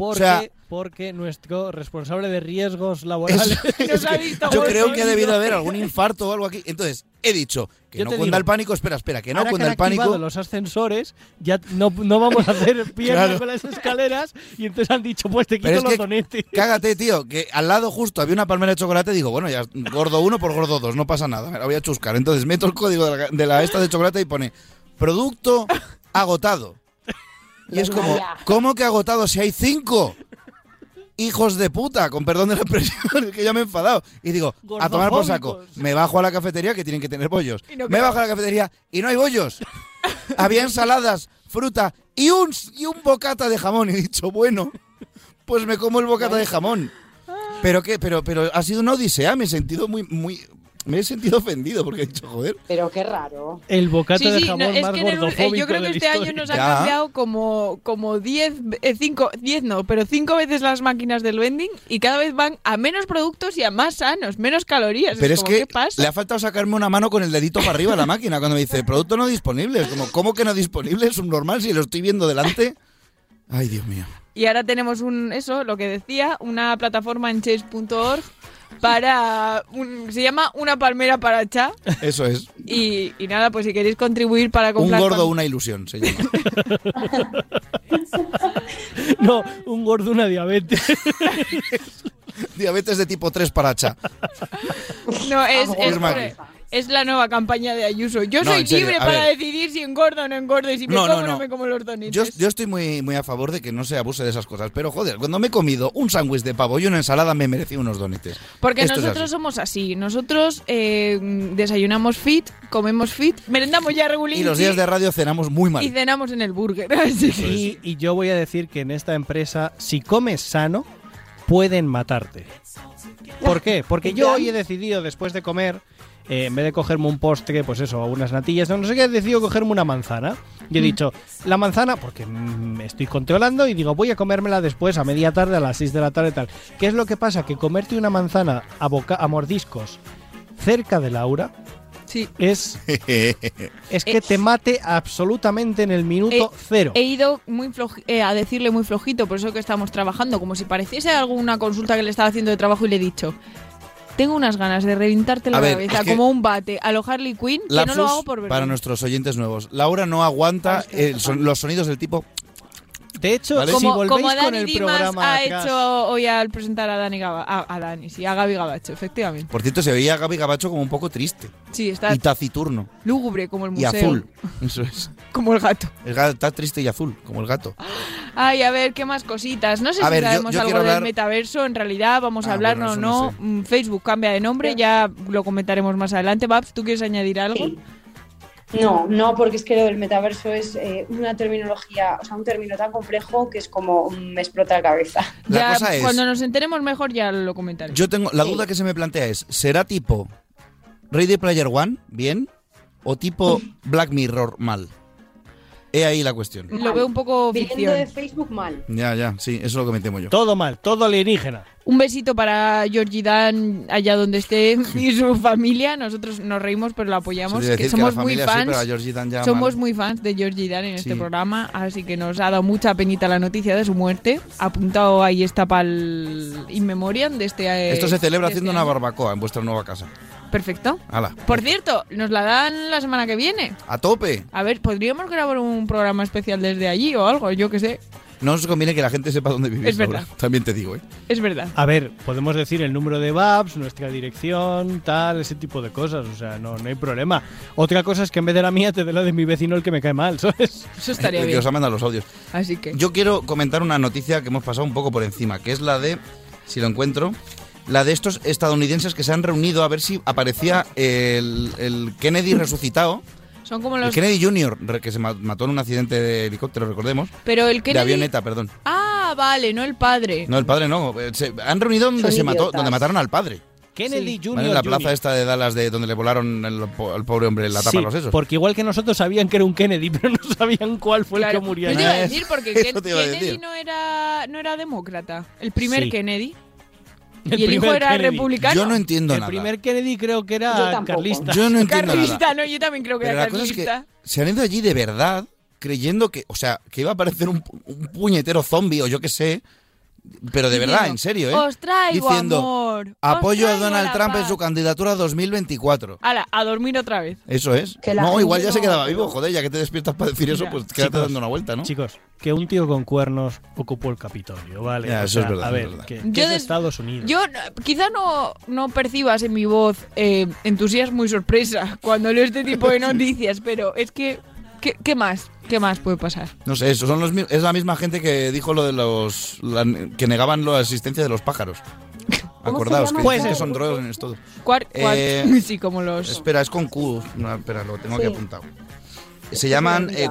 Porque nuestro responsable de riesgos laborales yo creo que ha debido haber algún infarto o algo aquí. Entonces, he dicho que no cunda el pánico. Espera, que no cunda el pánico. Los ascensores, ya no vamos a hacer piernas con las escaleras. Y entonces han dicho, pues te quito los donetes. Cágate, tío, que al lado justo había una palmera de chocolate. Digo, bueno, ya gordo 1 por gordo 2, no pasa nada, me la voy a chuscar. Entonces meto el código de la esta de chocolate y pone producto agotado. Y es como, ¿cómo que agotado si hay 5? Hijos de puta, con perdón de la expresión, que ya me he enfadado. Y digo, a tomar por saco. Me bajo a la cafetería, que tienen que tener bollos. Me bajo a la cafetería y no hay bollos. Había ensaladas, fruta y un bocata de jamón. Y he dicho, bueno, pues me como el bocata de jamón. Pero ha sido una odisea, me he sentido me he sentido ofendido porque he dicho, joder. Pero qué raro. El bocata de jamón más gordofóbico. Yo creo que este año nos ha cambiado como 5 veces las máquinas del vending y cada vez van a menos productos y a más sanos, menos calorías. Pero es como, que ¿qué pasa? le ha faltado sacarme una mano con el dedito para arriba a la máquina cuando me dice, producto no disponible. Es como, ¿cómo que no disponible? Es un normal si lo estoy viendo delante. Ay, Dios mío. Y ahora tenemos lo que decía, una plataforma en change.org para se llama Una palmera para Cha. Eso es. Y nada, pues si queréis contribuir para comprar... Un gordo, una ilusión, se llama. No, un gordo, una diabetes. Diabetes de tipo 3 para Cha. No, es la nueva campaña de Ayuso. Yo soy libre para decidir si engordo o no engordo y si me como o no me como los donetes. Yo estoy muy, muy a favor de que no se abuse de esas cosas. Pero joder, cuando me he comido un sándwich de pavo y una ensalada me merecí unos donetes. Porque nosotros somos así. Nosotros desayunamos fit, comemos fit, merendamos ya regulín. Y los días de radio cenamos muy mal. Y cenamos en el burger. Y yo voy a decir que en esta empresa, si comes sano, pueden matarte. ¿Por qué? Porque yo hoy he decidido, después de comer... en vez de cogerme un postre, pues eso, unas natillas, no sé qué, he decidido cogerme una manzana. Y he dicho, la manzana, porque me estoy controlando y digo, voy a comérmela después a media tarde, a las 6 de la tarde tal. ¿Qué es lo que pasa? Que comerte una manzana a mordiscos cerca de Laura es que te mate absolutamente en el minuto cero. He ido a decirle muy flojito, por eso que estamos trabajando, como si pareciese alguna consulta que le estaba haciendo de trabajo y le he dicho... Tengo unas ganas de reventarte la cabeza como un bate a lo Harley Quinn, que no lo hago por verdad. Para nuestros oyentes nuevos, Laura no aguanta los sonidos del tipo... De hecho, ¿vale? si volvéis como con Dani el Dimas programa ha atrás, hecho hoy al presentar a Gaby Gabacho, efectivamente. Por cierto, se veía a Gaby Gabacho como un poco triste. Sí, está y taciturno. Lúgubre, como el museo. Y azul, eso es. Como el gato. El gato está triste y azul, como el gato. Ay, a ver, ¿qué más cositas? No sé si sabemos algo del metaverso. En realidad, vamos a hablar, no. Facebook cambia de nombre, ya lo comentaremos más adelante. Babs, ¿tú quieres añadir algo? Sí. No, porque es que lo del metaverso es una terminología, o sea, un término tan complejo que es como me explota la cabeza. La cosa es, cuando nos enteremos mejor ya lo comentaremos. Yo tengo la duda que se me plantea es, ¿será tipo Ready Player One, bien, o tipo Black Mirror, mal? He ahí la cuestión. Lo veo un poco Viniendo ficción. de Facebook mal. Ya, sí, eso es lo que me temo yo. Todo mal, todo alienígena. Un besito para Georgie Dan allá donde esté y su familia. Nosotros nos reímos, pero lo apoyamos. Sí, decir Que somos la muy familia sí, fans. pero a Georgie Dan ya Somos mal. muy fans de Georgie Dan en este Sí. programa, así que nos ha dado mucha penita la noticia de su muerte. Apuntado ahí está para el In Memoriam de este. Esto se celebra de este haciendo una año. barbacoa en vuestra nueva casa. Perfecto. Hala. Por cierto, nos la dan la semana que viene. A tope. A ver, podríamos grabar un programa especial desde allí o algo, yo que sé. No os conviene que la gente sepa dónde vivís. Es verdad. Laura. También te digo, ¿eh? Es verdad. A ver, podemos decir el número de VAPS, nuestra dirección, tal, ese tipo de cosas. O sea, no hay problema. Otra cosa es que en vez de la mía te dé la de mi vecino el que me cae mal, ¿sabes? Eso estaría Que bien. os ha mandado los audios. Así que. Yo quiero comentar una noticia que hemos pasado un poco por encima, que es la de, si lo encuentro, la de estos estadounidenses que se han reunido a ver si aparecía el Kennedy resucitado. Son como El los. Kennedy Jr., que se mató en un accidente de helicóptero, recordemos. Pero el De Kennedy. avioneta, perdón. Ah, vale, no el padre. No, el padre no. Se han reunido donde Son se mató, idiotas. donde mataron al padre. Kennedy Jr. ¿Vale? En la plaza Jr. esta de Dallas, de donde le volaron al pobre hombre en la tapa Sí, a los sesos. porque igual que nosotros sabían que era un Kennedy, pero no sabían cuál fue Claro. el que murió. Yo te iba a ¿Eh? decir porque Eso te iba a Kennedy decir. no era demócrata. El primer Sí. Kennedy. El Y el hijo primer era Kennedy. republicano. Yo no entiendo El nada. primer Kennedy creo que Yo era tampoco. carlista. Yo no entiendo Carlista, nada. no, yo también creo que Pero era la cosa es carlista. que se han ido allí de verdad creyendo que, o sea, que iba a aparecer un puñetero zombie o yo qué sé, pero de verdad, Diciendo, en serio, ¿eh? Os traigo Diciendo, amor. os apoyo a traigo Donald la Trump en paz". su candidatura 2024. Hala, a dormir otra vez. Eso es. Que la No, gente igual ya se no- quedaba vivo, joder, ya que te despiertas para decir eso, Ya. pues quédate Chicos, dando una vuelta, ¿no? Chicos, que un tío con cuernos ocupó el Capitolio, ¿vale? Ya, O eso es sea, verdad, A eso ver, es verdad. que Yo es des- Estados Unidos. Yo quizá no percibas en mi voz entusiasmo y sorpresa cuando leo este tipo de noticias, pero es que ¿qué más? ¿Qué más puede pasar? No sé, eso son es la misma gente que dijo lo de que negaban la existencia de los pájaros. ¿Cómo Acordaos, se que llama dicen que eso? son drones todo. Sí, como los. Espera, es con Q. No, espera, lo tengo aquí Sí. apuntado. Se llaman me he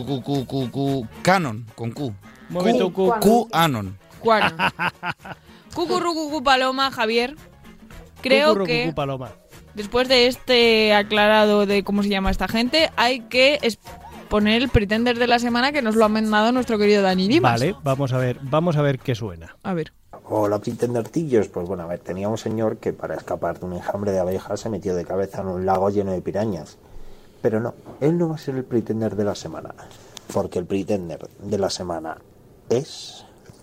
Canon, con Q. Un momento, Q. QAnon. Cuano. Cucurrucucu Paloma, Javier. Creo Cucurru, que cucú, paloma. después de este aclarado de cómo se llama esta gente, hay que poner el pretender de la semana que nos lo ha mandado nuestro querido Dani Dimas. Vale, vamos a ver qué suena. A ver. Hola, pretendercillos. Pues bueno, a ver, tenía un señor que para escapar de un enjambre de abejas se metió de cabeza en un lago lleno de pirañas. Pero no, él no va a ser el pretender de la semana, porque el pretender de la semana es...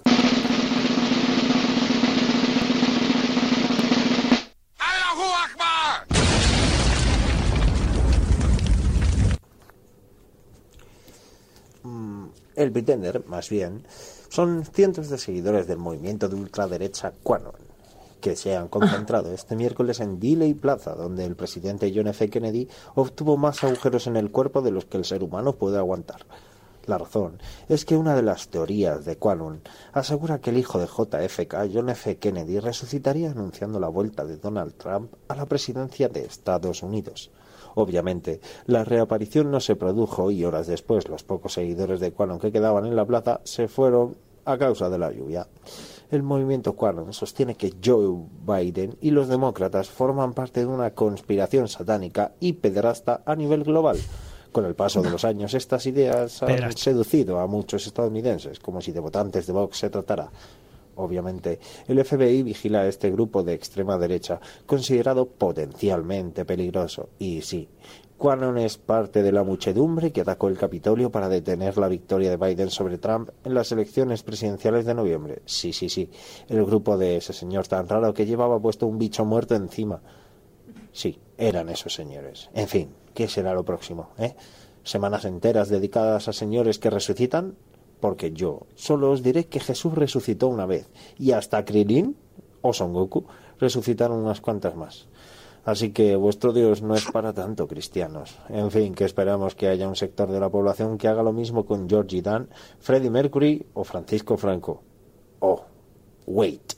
El pretender, más bien, son cientos de seguidores del movimiento de ultraderecha QAnon, que se han concentrado este miércoles en Dealey Plaza, donde el presidente John F. Kennedy obtuvo más agujeros en el cuerpo de los que el ser humano puede aguantar. La razón es que una de las teorías de QAnon asegura que el hijo de JFK, John F. Kennedy, resucitaría anunciando la vuelta de Donald Trump a la presidencia de Estados Unidos. Obviamente, la reaparición no se produjo y horas después los pocos seguidores de QAnon que quedaban en la plaza se fueron a causa de la lluvia. El movimiento QAnon sostiene que Joe Biden y los demócratas forman parte de una conspiración satánica y pederasta a nivel global. Con el paso de los años, estas ideas han seducido a muchos estadounidenses, como si de votantes de Vox se tratara. Obviamente, el FBI vigila a este grupo de extrema derecha, considerado potencialmente peligroso. Y sí, QAnon es parte de la muchedumbre que atacó el Capitolio para detener la victoria de Biden sobre Trump en las elecciones presidenciales de noviembre. Sí, el grupo de ese señor tan raro que llevaba puesto un bicho muerto encima. Sí, eran esos señores. En fin, ¿qué será lo próximo, ¿Semanas enteras dedicadas a señores que resucitan? Porque yo solo os diré que Jesús resucitó una vez y hasta Krillin o Son Goku resucitaron unas cuantas más. Así que vuestro Dios no es para tanto, cristianos. En fin, que esperamos que haya un sector de la población que haga lo mismo con Georgie Dan, Freddie Mercury o Francisco Franco. Oh, wait.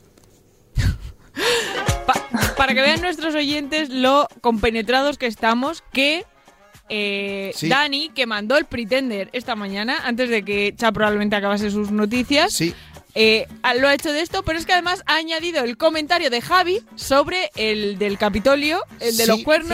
Para que vean nuestros oyentes lo compenetrados que estamos, que Sí. Dani, que mandó el Pretender esta mañana, antes de que Cha probablemente acabase sus noticias, Sí. lo ha hecho de esto, pero es que además ha añadido el comentario de Javi sobre el del Capitolio, el de Sí, los cuernos,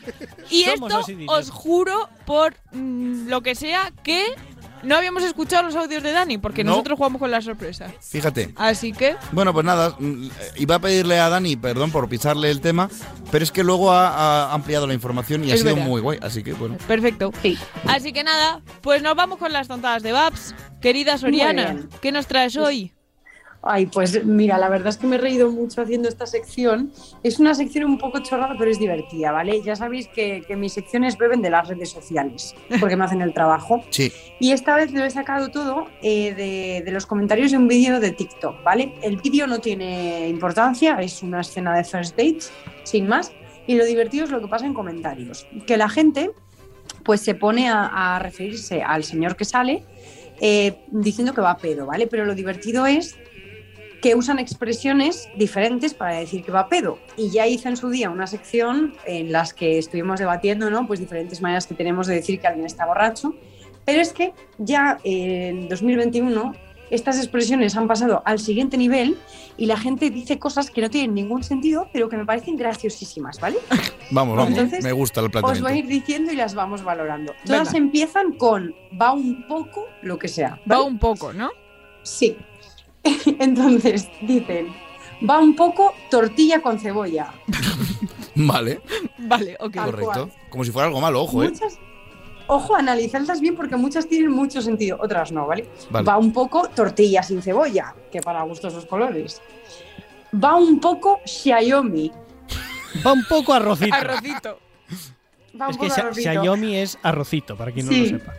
Y Somos esto así, os juro por lo que sea que no habíamos escuchado los audios de Dani, porque No. nosotros jugamos con la sorpresa. Fíjate. Así que... Bueno, pues nada, iba a pedirle a Dani perdón por pisarle el tema, pero es que luego ha ampliado la información y ha Es sido verdad. muy guay, así que bueno. Perfecto. Así que nada, pues nos vamos con las tontadas de Babs. Querida Soriana, bien. ¿qué nos traes hoy? Ay, pues mira, la verdad es que me he reído mucho haciendo esta sección. Es una sección un poco chorrada, pero es divertida, ¿vale? Ya sabéis que mis secciones beben de las redes sociales, porque me hacen el trabajo. Sí. Y esta vez lo he sacado todo de los comentarios de un vídeo de TikTok, ¿vale? El vídeo no tiene importancia, es una escena de first dates, sin más. Y lo divertido es lo que pasa en comentarios. Que la gente pues se pone a referirse al señor que sale diciendo que va a pedo, ¿vale? Pero lo divertido es que usan expresiones diferentes para decir que va a pedo. Y ya hice en su día una sección en las que estuvimos debatiendo, ¿no? Pues diferentes maneras que tenemos de decir que alguien está borracho. Pero es que ya en 2021 estas expresiones han pasado al siguiente nivel y la gente dice cosas que no tienen ningún sentido, pero que me parecen graciosísimas, ¿vale? Vamos, Entonces, me gusta el os planteamiento. voy a ir diciendo y las vamos valorando. Todas Venga. empiezan con va un poco, lo que sea. Va un poco, ¿no? Sí. Entonces dicen, va un poco tortilla con cebolla. Vale, Vale, ok. Tal correcto. cual. Como si fuera algo malo, ojo, Ojo, analizadlas bien porque muchas tienen mucho sentido, otras no, ¿vale? Vale. Va un poco tortilla sin cebolla, que para gustos los colores. Va un poco Xiaomi. Va un poco arrocito. Arrocito. Va un Es que poco arrocito. Xiaomi es arrocito, para quien no Sí. lo sepa.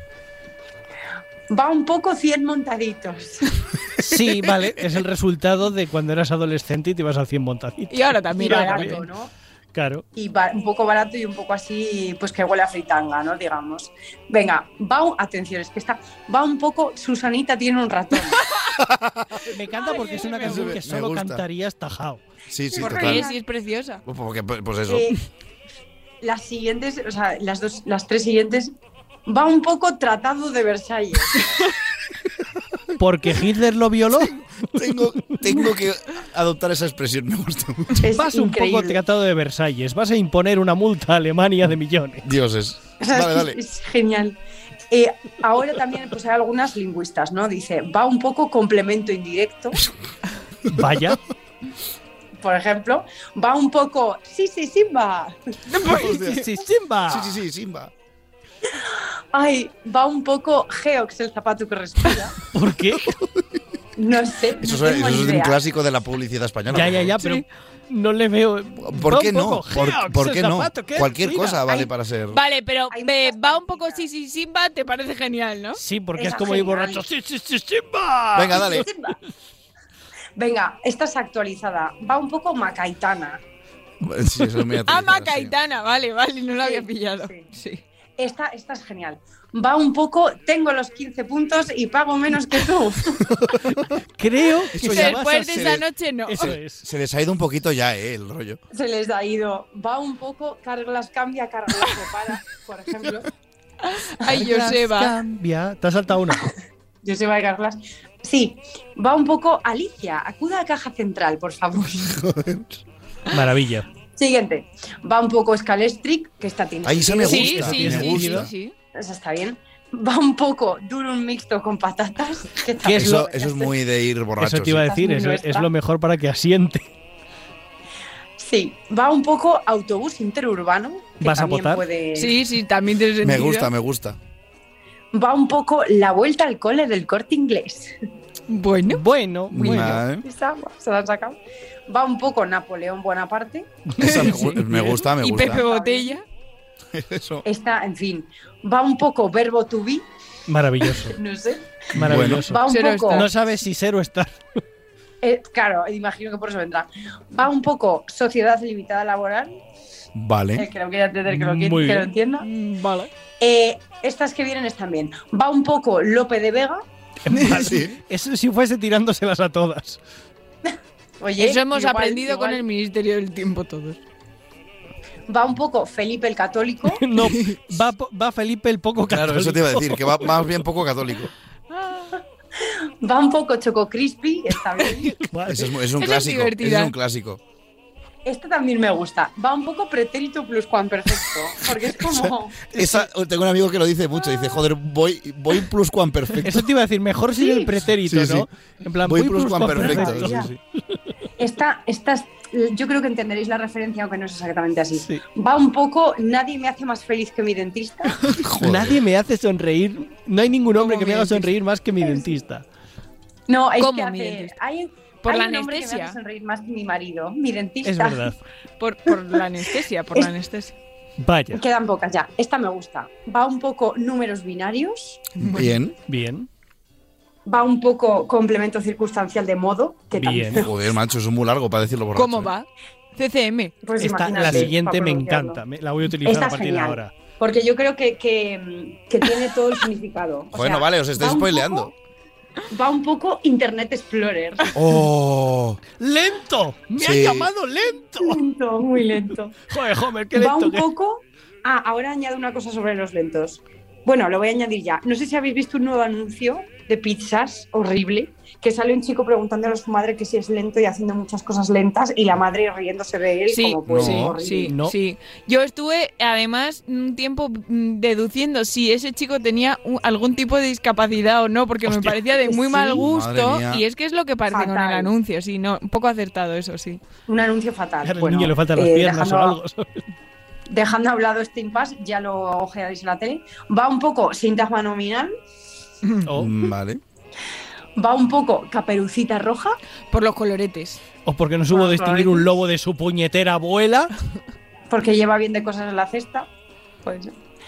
Va un poco 100 montaditos. Sí, vale, es el resultado de cuando eras adolescente y te ibas al 100 montadito. Y ahora también. Y ahora barato, también. ¿no? Claro. Y un poco barato y un poco así, pues que huele a fritanga, ¿no? Digamos. Venga, atención, es que va un poco Susanita tiene un ratón. Me encanta porque es una canción que me solo gusta. cantarías tajao. Sí, sí, ¿Por total. qué? Sí, es preciosa. Porque, pues eso. Las siguientes, o sea, las tres siguientes, va un poco tratado de Versalles. ¿Porque Hitler lo violó? Tengo que adoptar esa expresión, me gusta mucho. Es Vas un increíble. poco tratado de Versalles. Vas a imponer una multa a Alemania de millones. Dioses. O sea, Dale, es, dale. es genial. Ahora también pues hay algunas lingüistas, ¿no? Dice, va un poco complemento indirecto. Vaya. Por ejemplo, va un poco, sí, Simba. Sí, Simba. Sí, Simba. Ay, va un poco Geox, el zapato que respira. ¿Por qué? No sé. Eso no tengo es ni un idea. clásico de la publicidad española. Ya, pero no le veo. ¿Por Va qué un no? poco Geox, ¿Por qué el no? zapato que Cualquier respira. cosa vale para ser. Vale, pero Hay va un poco sí, Simba, te parece genial, ¿no? Sí, porque es Esa como ir genial. borracho. Sí, Simba. Venga, dale. Simba. Venga, esta es actualizada. Va un poco Macaitana. Sí, eso es muy Ah, actualizado, Macaitana, vale, no la había Sí, pillado. sí. Sí. Esta es genial. Va un poco, tengo los 15 puntos y pago menos que tú. Creo que Eso se ya basa Después de en- esa noche, no. Eso es. Se les ha ido un poquito ya, el rollo. Se les ha ido. Va un poco, Carglass cambia, Carglass repara, por ejemplo. Ay, Joseba. Cambia. Te has saltado una. Joseba de Carglass. Sí, va un poco Alicia, acuda a caja central, por favor. Maravilla. Siguiente. Va un poco Scalestric, que esta tiene. Ahí esa me Sí, gusta. sí, me sí, gusta. sí. Esa está bien. Va un poco Durum mixto con patatas. Que ¿Qué es Eso es muy de ir borracho. Eso te iba a sí. decir. Esta es Es nuestra. lo mejor para que asiente. Sí, va un poco autobús interurbano. Que ¿Vas a también votar? puede... Sí, también tiene Me sentido. me gusta. Va un poco la vuelta al cole del Corte Inglés. Bueno. Ah, Esa, se la han sacado. Va un poco Napoleón Bonaparte. esa me gusta, me Y gusta. Pepe Botella. Eso. Esta, en fin, va un poco verbo to be. Maravilloso. No sé. Maravilloso. Va un Cero poco. está. No sabes si ser o estar. Claro, imagino que por eso vendrá. Va un poco sociedad limitada laboral. Vale. El que lo quiera entender, que lo, Muy que lo bien. entienda. Vale. Estas que vienen están bien. Va un poco Lope de Vega. Vale. Sí. Eso si fuese tirándoselas a todas. Oye, Eso hemos igual- aprendido igual. con el Ministerio del Tiempo todos. Va un poco Felipe el Católico. No, va Felipe el poco católico. Claro, eso te iba a decir, que va más bien poco católico. Va un poco Choco Crispy. Está bien. Vale. Eso es un Eso es clásico. divertida. Ese es un clásico. Esta también me gusta. Va un poco pretérito pluscuamperfecto. Porque es como... Tengo un amigo que lo dice mucho. Dice, joder, voy pluscuamperfecto. Eso te iba a decir, mejor sin el pretérito, sí, ¿no? Sí. En plan, voy pluscuamperfecto. Sí. Esta yo creo que entenderéis la referencia, aunque no es exactamente así. Sí. Va un poco, nadie me hace más feliz que mi dentista. Nadie me hace sonreír. No hay ningún hombre que me haga sonreír más que mi dentista. No, es ¿Cómo que mi dentista? hay la un hombre que me anestesia. hace sonreír más que mi marido, mi dentista. Es verdad. Por la anestesia, la anestesia. Vaya. Quedan pocas ya. Esta me gusta. Va un poco números binarios. Bien. Va un poco complemento circunstancial de modo. Que Bien. también. Joder, macho, eso es muy largo para decirlo borracho. ¿Cómo va? CCM. Pues La siguiente me encanta. La voy a utilizar Esta a partir genial, de ahora. Porque yo creo que tiene todo el significado. O Bueno, sea, vale, os estáis va un spoileando. Va un poco Internet Explorer. ¡Oh! ¡Lento! ¡Me Sí. ha llamado lento! Lento, muy lento. Joder, Homer, qué lento. Va un que- poco... ahora añado una cosa sobre los lentos. Bueno, lo voy a añadir ya. No sé si habéis visto un nuevo anuncio de pizzas horrible, que sale un chico preguntándole a su madre que si es lento y haciendo muchas cosas lentas y la madre riéndose de él como pues horrible. Sí. Yo estuve, además, un tiempo deduciendo si ese chico tenía algún tipo de discapacidad o no, porque me parecía de muy mal gusto. Madre mía. Y es que es lo que parece con el Fatal. anuncio, sí, no, un poco acertado eso, sí. Un anuncio fatal. Al Bueno, niño le faltan las piernas o algo. Dejando a un lado este impasse, ya lo ojearéis en la tele. Va un poco sintagma nominal. O, Vale. Va un poco Caperucita Roja. Por los coloretes. o porque no supo distinguir un lobo de su puñetera abuela. Porque lleva bien de cosas en la cesta. Pues,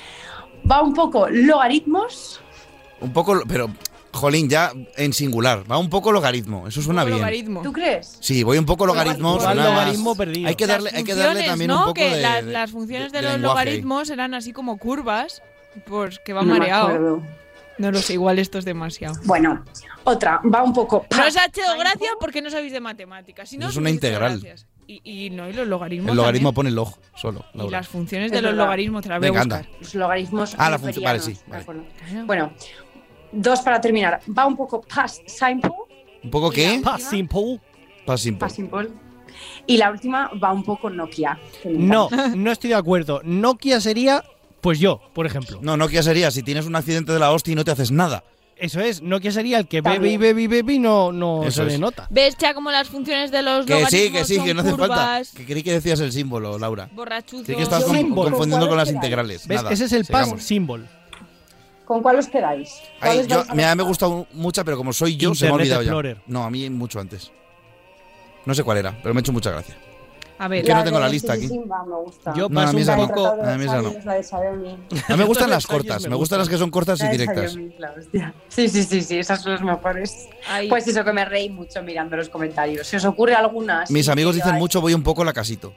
va un poco logaritmos. Un poco, pero, jolín, ya en singular. Va un poco logaritmo. Eso suena bien. Logaritmo. ¿Tú crees? Sí, voy un poco logaritmo. Igual suena más- logaritmo perdido. Hay que darle Funciones, también ¿no? un poco que de. las funciones de de los lenguaje. logaritmos eran así como curvas, pues que va No me mareado. acuerdo. No lo sé, igual esto es demasiado. Bueno, otra. Va un poco... No os ha hecho gracia porque no sabéis de matemáticas. Si no, Es os una hubiese hecho integral. gracias. Y no, y los logaritmos El logaritmo también. pone el ojo solo. Y Laura. las funciones Es de los verdad. logaritmos te las voy a Venga, buscar. anda. Los logaritmos Ah, la función. Vale, newtonianos, sí. Vale. de acuerdo. Bueno, dos para terminar. Va un poco past simple. ¿Un poco qué? Past simple. Past simple. Past simple. Y la última va un poco Nokia. que me No, encanta. no estoy de acuerdo. Nokia sería, pues yo, por ejemplo. No, Nokia sería si tienes un accidente de la hostia y no te haces nada. Eso es, Nokia sería el que bebe y También. bebe y bebe y no Eso se le es. nota. ¿Ves, Cha, como las funciones de los Que logaritmos sí, son que no hace falta. curvas, Que creí que decías el símbolo, Laura. borrachuzos? Creí que estás Yo me equivoco. confundiendo con las ¿Cuál es? integrales. ¿Ves? Nada, Ese es el past sigamos. symbol. ¿Con cuál os quedáis? Ay, ¿Cuáles yo, vais a me ha buscar? gustado mucha, pero como soy yo, se me ha Internet olvidado Explorer. ya. No, a mí mucho antes. No sé cuál era, pero me ha hecho mucha gracia. A ver, que no La tengo la de lista aquí. Simba me gusta. Yo No, a paso mí un esa no. poco. A mí esa no. La de Xiaomi. A mí me gustan las Detalles cortas, me me gustan las que son cortas y La de directas. Xiaomi, la hostia. Sí, esas son las mejores. ahí. Pues eso, que me reí mucho mirando los comentarios. Si os ocurre alguna... Mis sí, amigos que dicen hay- mucho, voy un poco la casito.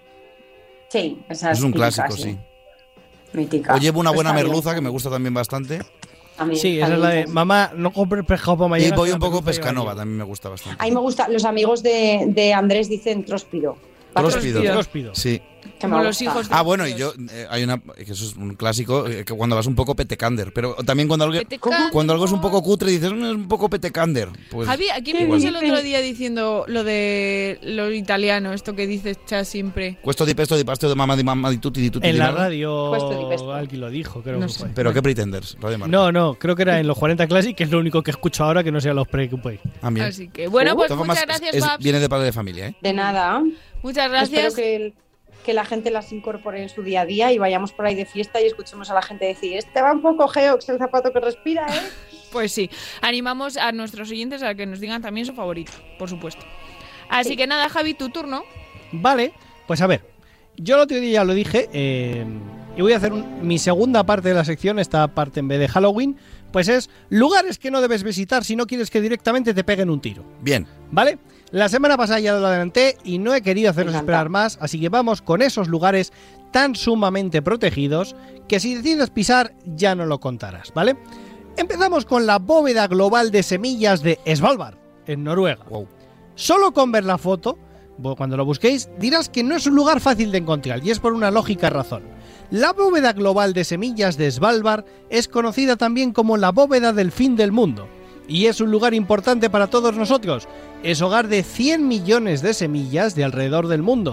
Sí, esa Es un típica, clásico, sí. Mítica. O llevo una buena Está bien. merluza, que me gusta también bastante. También, Sí, esa es la de también. mamá, no compres pescado para mañana. Y voy que un la poco pelusa lleva pescanova, aquí". también me gusta bastante. A mí me gusta, los amigos de Andrés dicen tróspido. Tróspido. Tróspido. Sí. Que me Como los gusta. hijos de Ah, bueno, y yo, hay una, que eso es un clásico, que cuando vas un poco petecander, pero también cuando algo es un poco cutre dices, es un poco petecander. Pues, Javi, aquí ¿Qué vimos el dices? otro día diciendo lo de lo italiano, esto que dices, Cha, siempre. Questo di pesto di pasto de mamma di tutti di tutti. En di la nada. radio Puesto y pesto. alguien lo dijo, creo No que sé. fue. Pero qué pretenders, Radio Marca. No, creo que era en los 40 Classic, que es lo único que escucho ahora que no sea los pre-Cupay. Ah, bien. Así que, bueno, pues De todas formas, muchas gracias, Babs. viene de padre de familia, ¿eh? De nada. Muchas gracias. Espero que la gente las incorpore en su día a día y vayamos por ahí de fiesta y escuchemos a la gente decir, este va un poco Geox, el zapato que respira, ¿eh? Pues sí, animamos a nuestros oyentes a que nos digan también su favorito, por supuesto. Así que nada, Javi, tu turno. Vale, pues a ver, yo el otro día ya lo dije, y voy a hacer mi segunda parte de la sección, esta parte en vez de Halloween, pues es lugares que no debes visitar si no quieres que directamente te peguen un tiro. Bien. ¿Vale? La semana pasada ya lo adelanté y no he querido haceros Me encanta. esperar más, así que vamos con esos lugares tan sumamente protegidos que si decides pisar ya no lo contarás, ¿vale? Empezamos con la bóveda global de semillas de Svalbard, en Noruega. Wow. Solo con ver la foto, cuando lo busquéis, dirás que no es un lugar fácil de encontrar, y es por una lógica razón. La bóveda global de semillas de Svalbard es conocida también como la bóveda del fin del mundo, y es un lugar importante para todos nosotros. Es hogar de 100 millones de semillas de alrededor del mundo,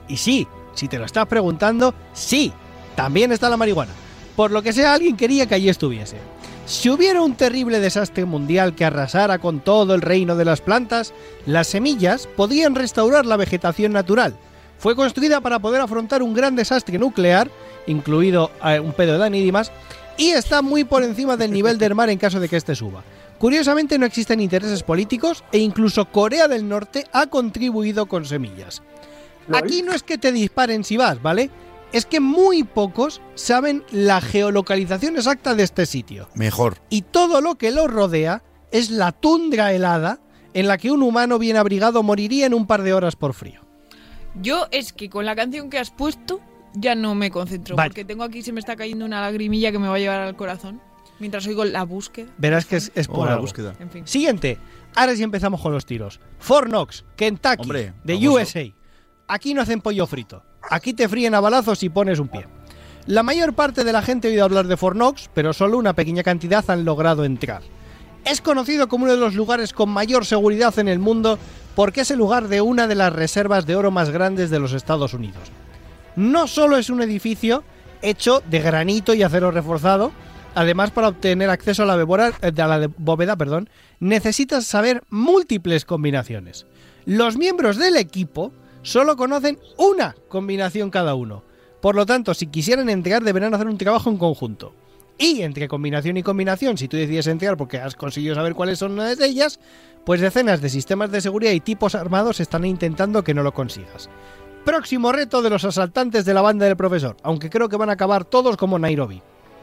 Y sí, si te lo estás preguntando, sí, también está la marihuana. Por lo que sea, alguien quería que allí estuviese. Si hubiera un terrible desastre mundial que arrasara con todo el reino de las plantas, las semillas podían restaurar la vegetación natural. Fue construida para poder afrontar un gran desastre nuclear, incluido un pedo de anídimas, y está muy por encima del nivel del mar en caso de que este suba. Curiosamente no existen intereses políticos e incluso Corea del Norte ha contribuido con semillas. Aquí no es que te disparen si vas, ¿vale? Es que muy pocos saben la geolocalización exacta de este sitio. Mejor. Y todo lo que lo rodea es la tundra helada en la que un humano bien abrigado moriría en un par de horas por frío. Yo es que con la canción que has puesto ya no me concentro, porque tengo aquí, se me está cayendo una lagrimilla que me va a llevar al corazón mientras oigo la búsqueda. Verás que es por la algo. búsqueda. En fin. Siguiente. Ahora sí empezamos con los tiros. Fort Knox, Kentucky, Hombre, de famoso. USA. Aquí no hacen pollo frito. Aquí te fríen a balazos si pones un pie. La mayor parte de la gente ha oído hablar de Fort Knox, pero solo una pequeña cantidad han logrado entrar. Es conocido como uno de los lugares con mayor seguridad en el mundo porque es el lugar de una de las reservas de oro más grandes de los Estados Unidos. No solo es un edificio hecho de granito y acero reforzado, además para obtener acceso a la bóveda, necesitas saber múltiples combinaciones. Los miembros del equipo solo conocen una combinación cada uno. Por lo tanto, si quisieran entrar, deberán hacer un trabajo en conjunto. Y entre combinación y combinación, si tú decides entrar porque has conseguido saber cuáles son una de ellas, pues decenas de sistemas de seguridad y tipos armados están intentando que no lo consigas. Próximo reto de los asaltantes de la banda del profesor, aunque creo que van a acabar todos como Nairobi.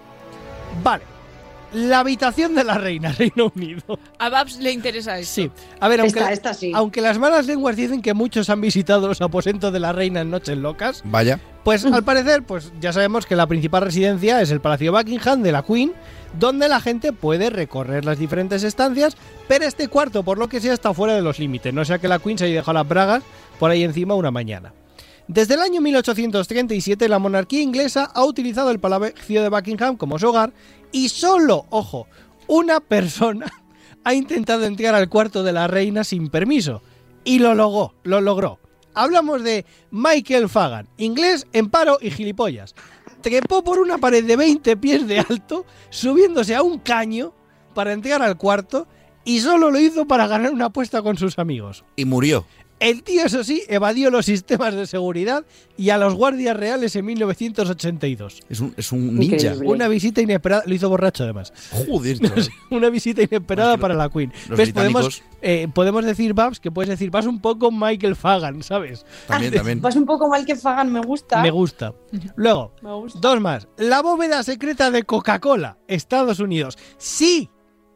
Vale. La habitación de la reina, Reino Unido. A Babs le interesa esto. Sí. A ver, Esta sí. aunque las malas lenguas dicen que muchos han visitado los aposentos de la reina en noches locas, Vaya. pues al parecer, pues ya sabemos que la principal residencia es el Palacio de Buckingham de la Queen, donde la gente puede recorrer las diferentes estancias, pero este cuarto, por lo que sea, está fuera de los límites, no sea que la Queen se haya dejado las bragas por ahí encima una mañana. Desde el año 1837 la monarquía inglesa ha utilizado el Palacio de Buckingham como su hogar y solo, ojo, una persona ha intentado entrar al cuarto de la reina sin permiso y lo logró. Hablamos de Michael Fagan, inglés en paro y gilipollas. Trepó por una pared de 20 pies de alto, subiéndose a un caño para entrar al cuarto y solo lo hizo para ganar una apuesta con sus amigos. Y murió. El tío, eso sí, evadió los sistemas de seguridad y a los guardias reales en 1982. Es un ninja. Increíble. Una visita inesperada, lo hizo borracho además. Joder, chaval. Una visita inesperada para la Queen. Los ¿Ves? británicos- Podemos decir, Babs, que puedes decir, vas un poco Michael Fagan, ¿sabes? También. Vas un poco mal que Fagan, me gusta. Me gusta. Luego, Me gusta. dos más. La bóveda secreta de Coca-Cola, Estados Unidos. Sí,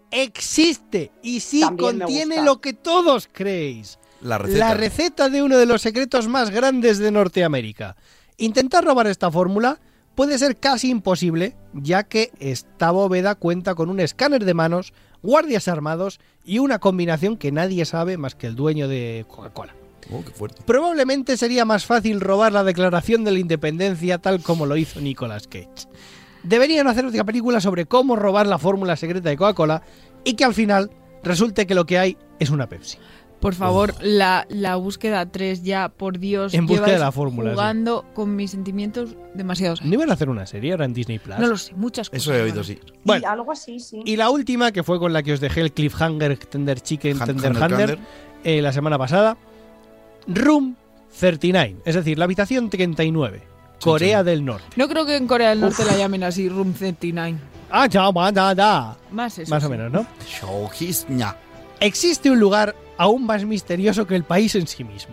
existe y sí También me contiene gusta. lo que todos creéis. La receta. La receta de uno de los secretos más grandes de Norteamérica. Intentar robar esta fórmula puede ser casi imposible, ya que esta bóveda cuenta con un escáner de manos, guardias armados y una combinación que nadie sabe más que el dueño de Coca-Cola. Oh, qué fuerte. Probablemente sería más fácil robar la Declaración de la Independencia tal como lo hizo Nicolas Cage. Deberían hacer otra película sobre cómo robar la fórmula secreta de Coca-Cola y que al final resulte que lo que hay es una Pepsi. Por favor, la búsqueda 3 ya, por Dios. En busca lleváis de la fórmula, jugando con mis sentimientos demasiados. ¿No iban a hacer una serie ahora en Disney Plus? No lo sé, muchas cosas. Eso he oído, van a sí. Bueno. Y algo así, sí. Y la última, que fue con la que os dejé el cliffhanger Tender Chicken Tender Hander. Hander, la semana pasada, Room 39, es decir, la habitación 39, Corea del Norte. No creo que en Corea del Norte la llamen así, Room 39. Ah, chao, da. Más eso. Más o sí. menos, ¿no? Shojisña. Existe un lugar aún más misterioso que el país en sí mismo.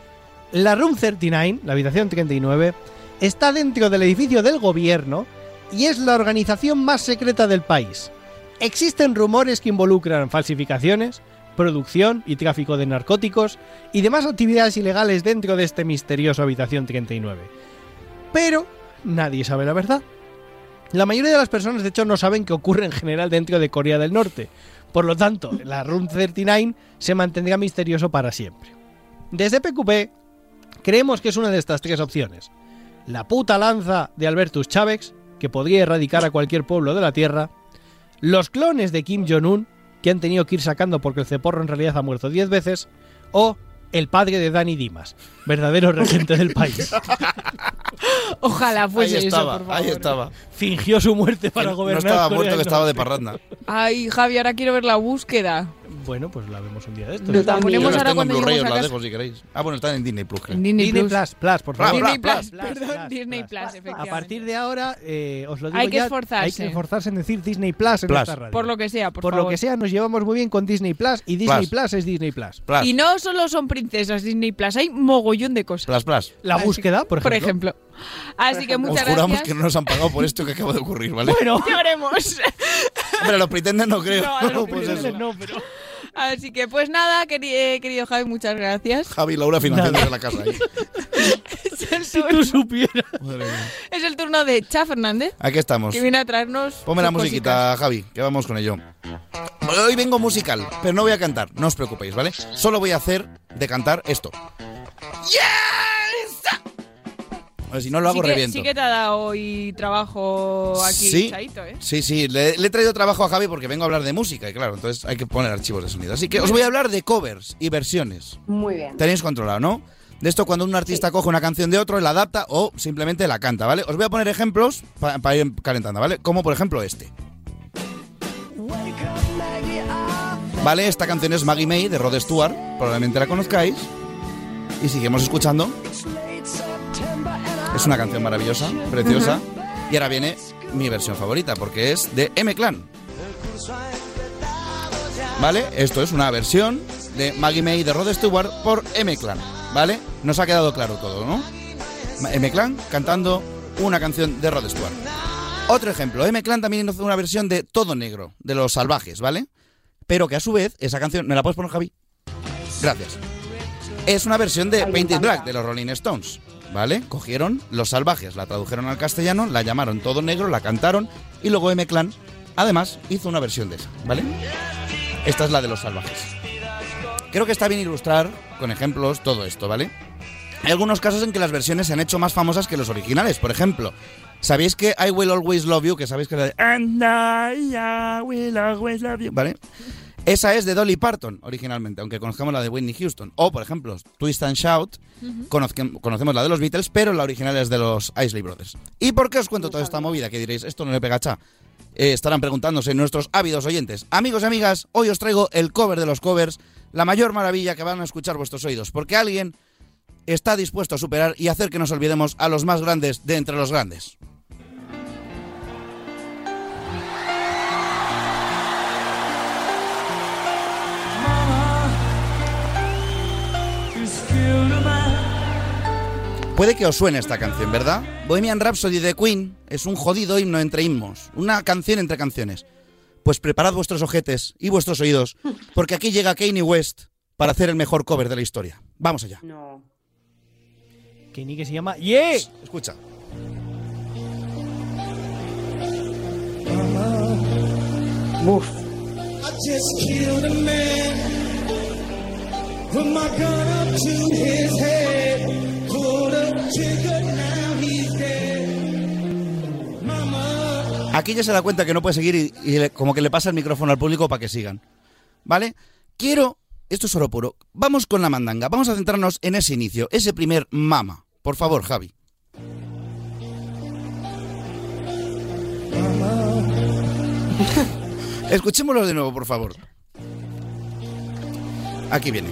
La Room 39, la habitación 39, está dentro del edificio del gobierno y es la organización más secreta del país. Existen rumores que involucran falsificaciones, producción y tráfico de narcóticos y demás actividades ilegales dentro de este misterioso habitación 39. Pero nadie sabe la verdad. La mayoría de las personas, de hecho, no saben qué ocurre en general dentro de Corea del Norte. Por lo tanto, la Room 39 se mantendrá misterioso para siempre. Desde PQP, creemos que es una de estas tres opciones. La puta lanza de Albertus Chávez, que podría erradicar a cualquier pueblo de la Tierra. Los clones de Kim Jong-un, que han tenido que ir sacando porque el ceporro en realidad ha muerto 10 veces. O el padre de Dani Dimas, verdadero regente del país. Ojalá fuese ahí estaba, eso, por favor. Ahí estaba. Fingió su muerte para No gobernar. estaba Corea muerto, del que estaba de Norte. parranda. Ay, Javi, ahora quiero ver la búsqueda. Bueno, pues la vemos un día de estos. Yo La también. ponemos Yo las ahora tengo en cuando Blu-ray, os lleguemos a las casa. dejo si queréis. Ah, bueno, están en Disney Plus, creo. En Disney Disney Plus. Plus, por favor. Disney Plus, Plus, perdón, Disney Plus, A efectivamente. partir de ahora, os lo digo Hay que ya, esforzarse. hay que esforzarse en decir Disney Plus en Plus. esta radio. Por lo que sea, por Por favor. lo que sea, nos llevamos muy bien con Disney Plus y Disney Plus. Plus es Disney Plus. Plus, Y no solo son princesas Disney Plus, hay mogollón de cosas. plus, plus. La búsqueda, por ejemplo. Así que Os muchas juramos gracias. que no nos han pagado por esto que acaba de ocurrir, ¿vale? Bueno, Ya veremos. Pero los Pretenders no creo. No, a los Pues Pretenders eso. no, pero... Así que pues nada, querido Javi, muchas gracias. Javi y Laura financiando desde la casa. Ahí. Si tú supieras. Madre mía. Es el turno de Cha Fernández, Aquí estamos. que viene a traernos. Ponme la sus musiquita, Javi, que vamos con ello. Hoy vengo musical, pero no voy a cantar, no os preocupéis, ¿vale? Solo voy a hacer de cantar esto. ¡Yes! A ver, si no lo hago, reviento. Sí que te ha dado hoy trabajo aquí, Sí, Chaito, ¿eh? sí, le he traído trabajo a Javi porque vengo a hablar de música y claro, entonces hay que poner archivos de sonido. Así que os voy a hablar de covers y versiones. Muy bien. Tenéis controlado, ¿no? De esto cuando un artista coge una canción de otro, la adapta o simplemente la canta, ¿vale? Os voy a poner ejemplos para ir calentando, ¿vale? Como por ejemplo este. Vale, esta canción es Maggie May de Rod Stewart, probablemente la conozcáis. Y seguimos escuchando. Es una canción maravillosa, preciosa. Y ahora viene mi versión favorita, porque es de M-Clan. ¿Vale? Esto es una versión de Maggie May de Rod Stewart por M-Clan. ¿Vale? Nos ha quedado claro todo, ¿no? M-Clan cantando una canción de Rod Stewart. Otro ejemplo, M-Clan también hizo una versión de Todo Negro, de Los Salvajes, ¿vale? Pero que a su vez, esa canción... ¿Me la puedes poner, Javi? Gracias. Es una versión de Painted Black, de los Rolling Stones, ¿vale? Cogieron Los Salvajes, la tradujeron al castellano, la llamaron Todo Negro, la cantaron, y luego M-Clan, además, hizo una versión de esa, ¿vale? Esta es la de Los Salvajes. Creo que está bien ilustrar, con ejemplos, todo esto, ¿vale? Hay algunos casos en que las versiones se han hecho más famosas que los originales. Por ejemplo, ¿sabéis que I Will Always Love You? Que sabéis que es la de And I Will Always Love You, ¿vale? Esa es de Dolly Parton, originalmente, aunque conozcamos la de Whitney Houston. O, por ejemplo, Twist and Shout, conocemos la de los Beatles, pero la original es de los Isley Brothers. ¿Y por qué os cuento toda esta movida? Que diréis, esto no le pega cha. Estarán preguntándose nuestros ávidos oyentes. Amigos y amigas, hoy os traigo el cover de los covers, la mayor maravilla que van a escuchar vuestros oídos, porque alguien está dispuesto a superar y hacer que nos olvidemos a los más grandes de entre los grandes. Puede que os suene esta canción, ¿verdad? Bohemian Rhapsody de Queen es un jodido himno entre himnos, una canción entre canciones. Pues preparad vuestros ojetes y vuestros oídos, porque aquí llega Kanye West para hacer el mejor cover de la historia. Vamos allá. No. Kanye, que se llama Yeah. Escucha. Uf. I just killed a man. Put my gun up to his head. Pulled the trigger, now he's dead. Mama. Aquí ya se da cuenta que no puede seguir y como que le pasa el micrófono al público para que sigan. ¿Vale? Esto es oro puro. Vamos con la mandanga. Vamos a centrarnos en ese inicio, ese primer mama. Por favor, Javi. Escuchémoslo de nuevo, por favor. Aquí viene.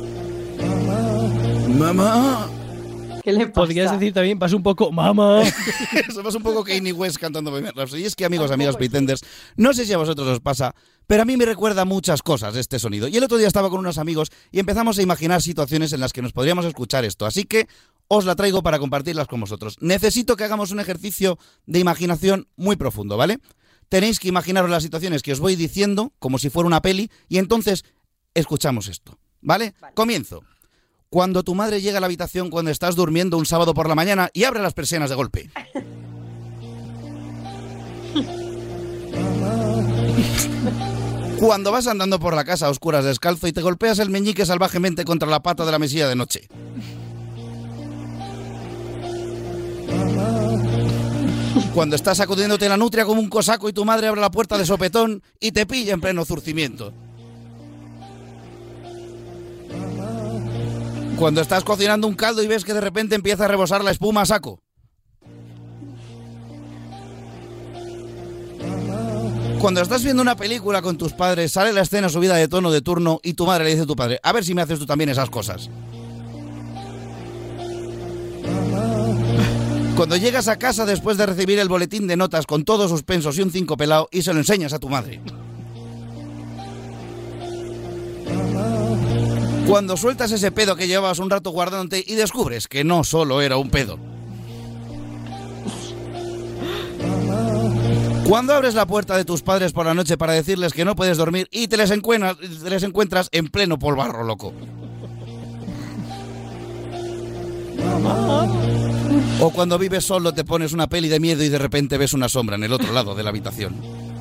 Mamá. ¿Qué le pasa? Podrías decir también, pasa un poco, mamá. Somos un poco Kanye West cantando Bohemian Rhapsody. Y es que, amigos, amigas Pretenders, no sé si a vosotros os pasa, pero a mí me recuerda muchas cosas este sonido. Y el otro día estaba con unos amigos y empezamos a imaginar situaciones en las que nos podríamos escuchar esto. Así que os la traigo para compartirlas con vosotros. Necesito que hagamos un ejercicio de imaginación muy profundo, ¿vale? Tenéis que imaginaros las situaciones que os voy diciendo como si fuera una peli y entonces escuchamos esto, ¿vale? Comienzo. Cuando tu madre llega a la habitación cuando estás durmiendo un sábado por la mañana y abre las persianas de golpe. Cuando vas andando por la casa a oscuras descalzo y te golpeas el meñique salvajemente contra la pata de la mesilla de noche. Cuando estás sacudiéndote la nutria como un cosaco y tu madre abre la puerta de sopetón y te pilla en pleno zurcimiento. Cuando estás cocinando un caldo y ves que de repente empieza a rebosar la espuma a saco. Cuando estás viendo una película con tus padres, sale la escena subida de tono de turno y tu madre le dice a tu padre, a ver si me haces tú también esas cosas. Cuando llegas a casa después de recibir el boletín de notas con todos sus pensos y un 5 pelado y se lo enseñas a tu madre. Cuando sueltas ese pedo que llevabas un rato guardándote y descubres que no solo era un pedo. Cuando abres la puerta de tus padres por la noche para decirles que no puedes dormir y te les encuentras en pleno polvarro loco. O cuando vives solo te pones una peli de miedo y de repente ves una sombra en el otro lado de la habitación.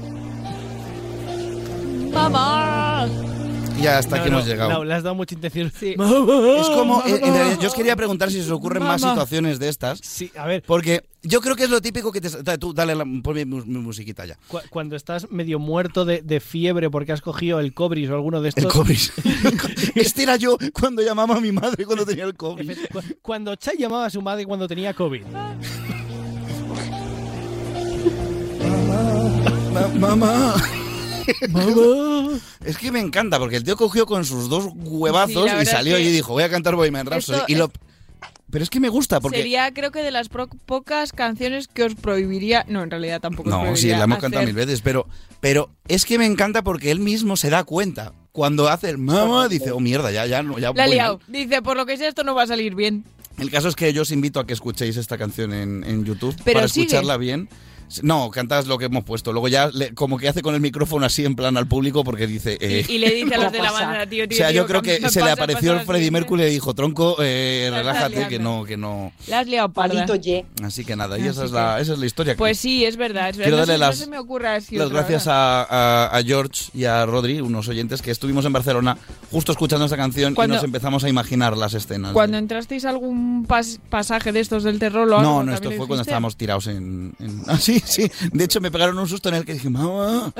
¡Mamá! Ya hasta aquí hemos llegado. No, le has dado mucha intención. Sí. Es como, en realidad, yo os quería preguntar si se os ocurren más situaciones de estas. Sí, a ver. Porque yo creo que es lo típico que te... Tú, dale, ponme mi musiquita ya. Cuando estás medio muerto de fiebre porque has cogido el Cobris o alguno de estos... El Cobris. Este era yo cuando llamaba a mi madre cuando tenía el Cobris. Cuando Chay llamaba a su madre cuando tenía COVID. Mamá. Mamá. Es que me encanta porque el tío cogió con sus 2 huevazos y salió y dijo, voy a cantar Bohemian Rhapsody. Pero es que me gusta porque... Sería, creo que de las pocas canciones que os prohibiría... No, en realidad tampoco os prohibiría. No, sí, la hemos cantado 1000 veces, pero es que me encanta porque él mismo se da cuenta. Cuando hace el mamá, dice, oh mierda, ya la he liado. Dice, por lo que sea, esto no va a salir bien. El caso es que yo os invito a que escuchéis esta canción en YouTube pero para sigue. Escucharla bien. No, cantas lo que hemos puesto. Luego ya como que hace con el micrófono así en plan al público porque dice... Y le dice a los de la banda, tío. O sea, yo creo que se le apareció el Freddie Mercury y le dijo, tronco, relájate, que no... La has liado parda. Así que nada, y esa es la historia. Pues sí, es verdad. Quiero darle no se me ocurra así las gracias a George y a Rodri, unos oyentes que estuvimos en Barcelona justo escuchando esta canción y nos empezamos a imaginar las escenas. Cuando entrasteis a algún pasaje de estos del terror, No, esto fue cuando estábamos tirados en... Ah, sí. De hecho, me pegaron un susto en el que dije, mamá.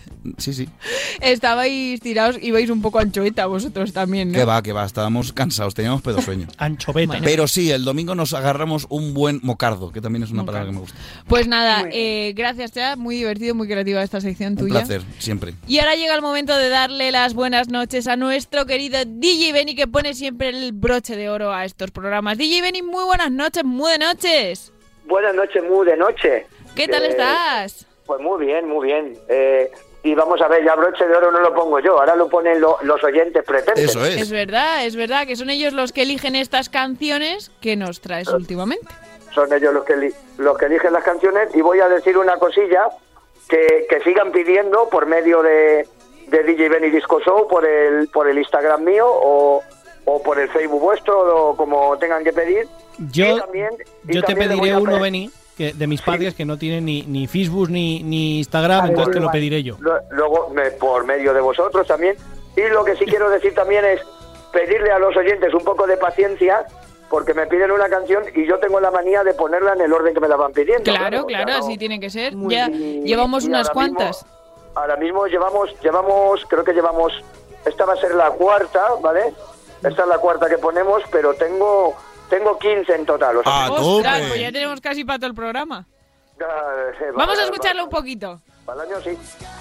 Sí. Estabais tirados, ibais un poco anchoeta vosotros también, ¿no? Que va, estábamos cansados, teníamos pedo sueño. Anchoveta. Bueno. Pero sí, el domingo nos agarramos un buen mocardo, que también es una palabra que me gusta. Pues nada, gracias, Chá, muy divertido, muy creativa esta sección tuya. Un placer, siempre. Y ahora llega el momento de darle las buenas noches a nuestro querido DJ Benny, que pone siempre el broche de oro a estos programas. DJ Benny, muy buenas noches, muy de noches. Buenas noches, muy de noche. ¿Qué tal estás? Pues muy bien, muy bien. Y vamos a ver, ya broche de oro no lo pongo yo, ahora lo ponen los oyentes pretenden. Eso es. Es verdad, que son ellos los que eligen estas canciones que nos traes últimamente. Son ellos los que eligen las canciones y voy a decir una cosilla que sigan pidiendo por medio de DJ Benny Disco Show, por el Instagram mío o por el Facebook vuestro, o como tengan que pedir. Yo te pediré uno, Benny, de mis padres que no tienen ni Facebook ni Instagram, entonces te lo pediré yo. Luego, por medio de vosotros también. Y lo que sí quiero decir también es pedirle a los oyentes un poco de paciencia, porque me piden una canción y yo tengo la manía de ponerla en el orden que me la van pidiendo. Claro, así tiene que ser. Ya llevamos unas cuantas. Ahora mismo llevamos, creo que llevamos, esta va a ser la cuarta, ¿vale? Esta es la cuarta que ponemos, pero tengo 15 en total. O sea, ¡ostras! Pues ya tenemos casi para todo el programa. Vamos a escucharlo un poquito. Para el año sí.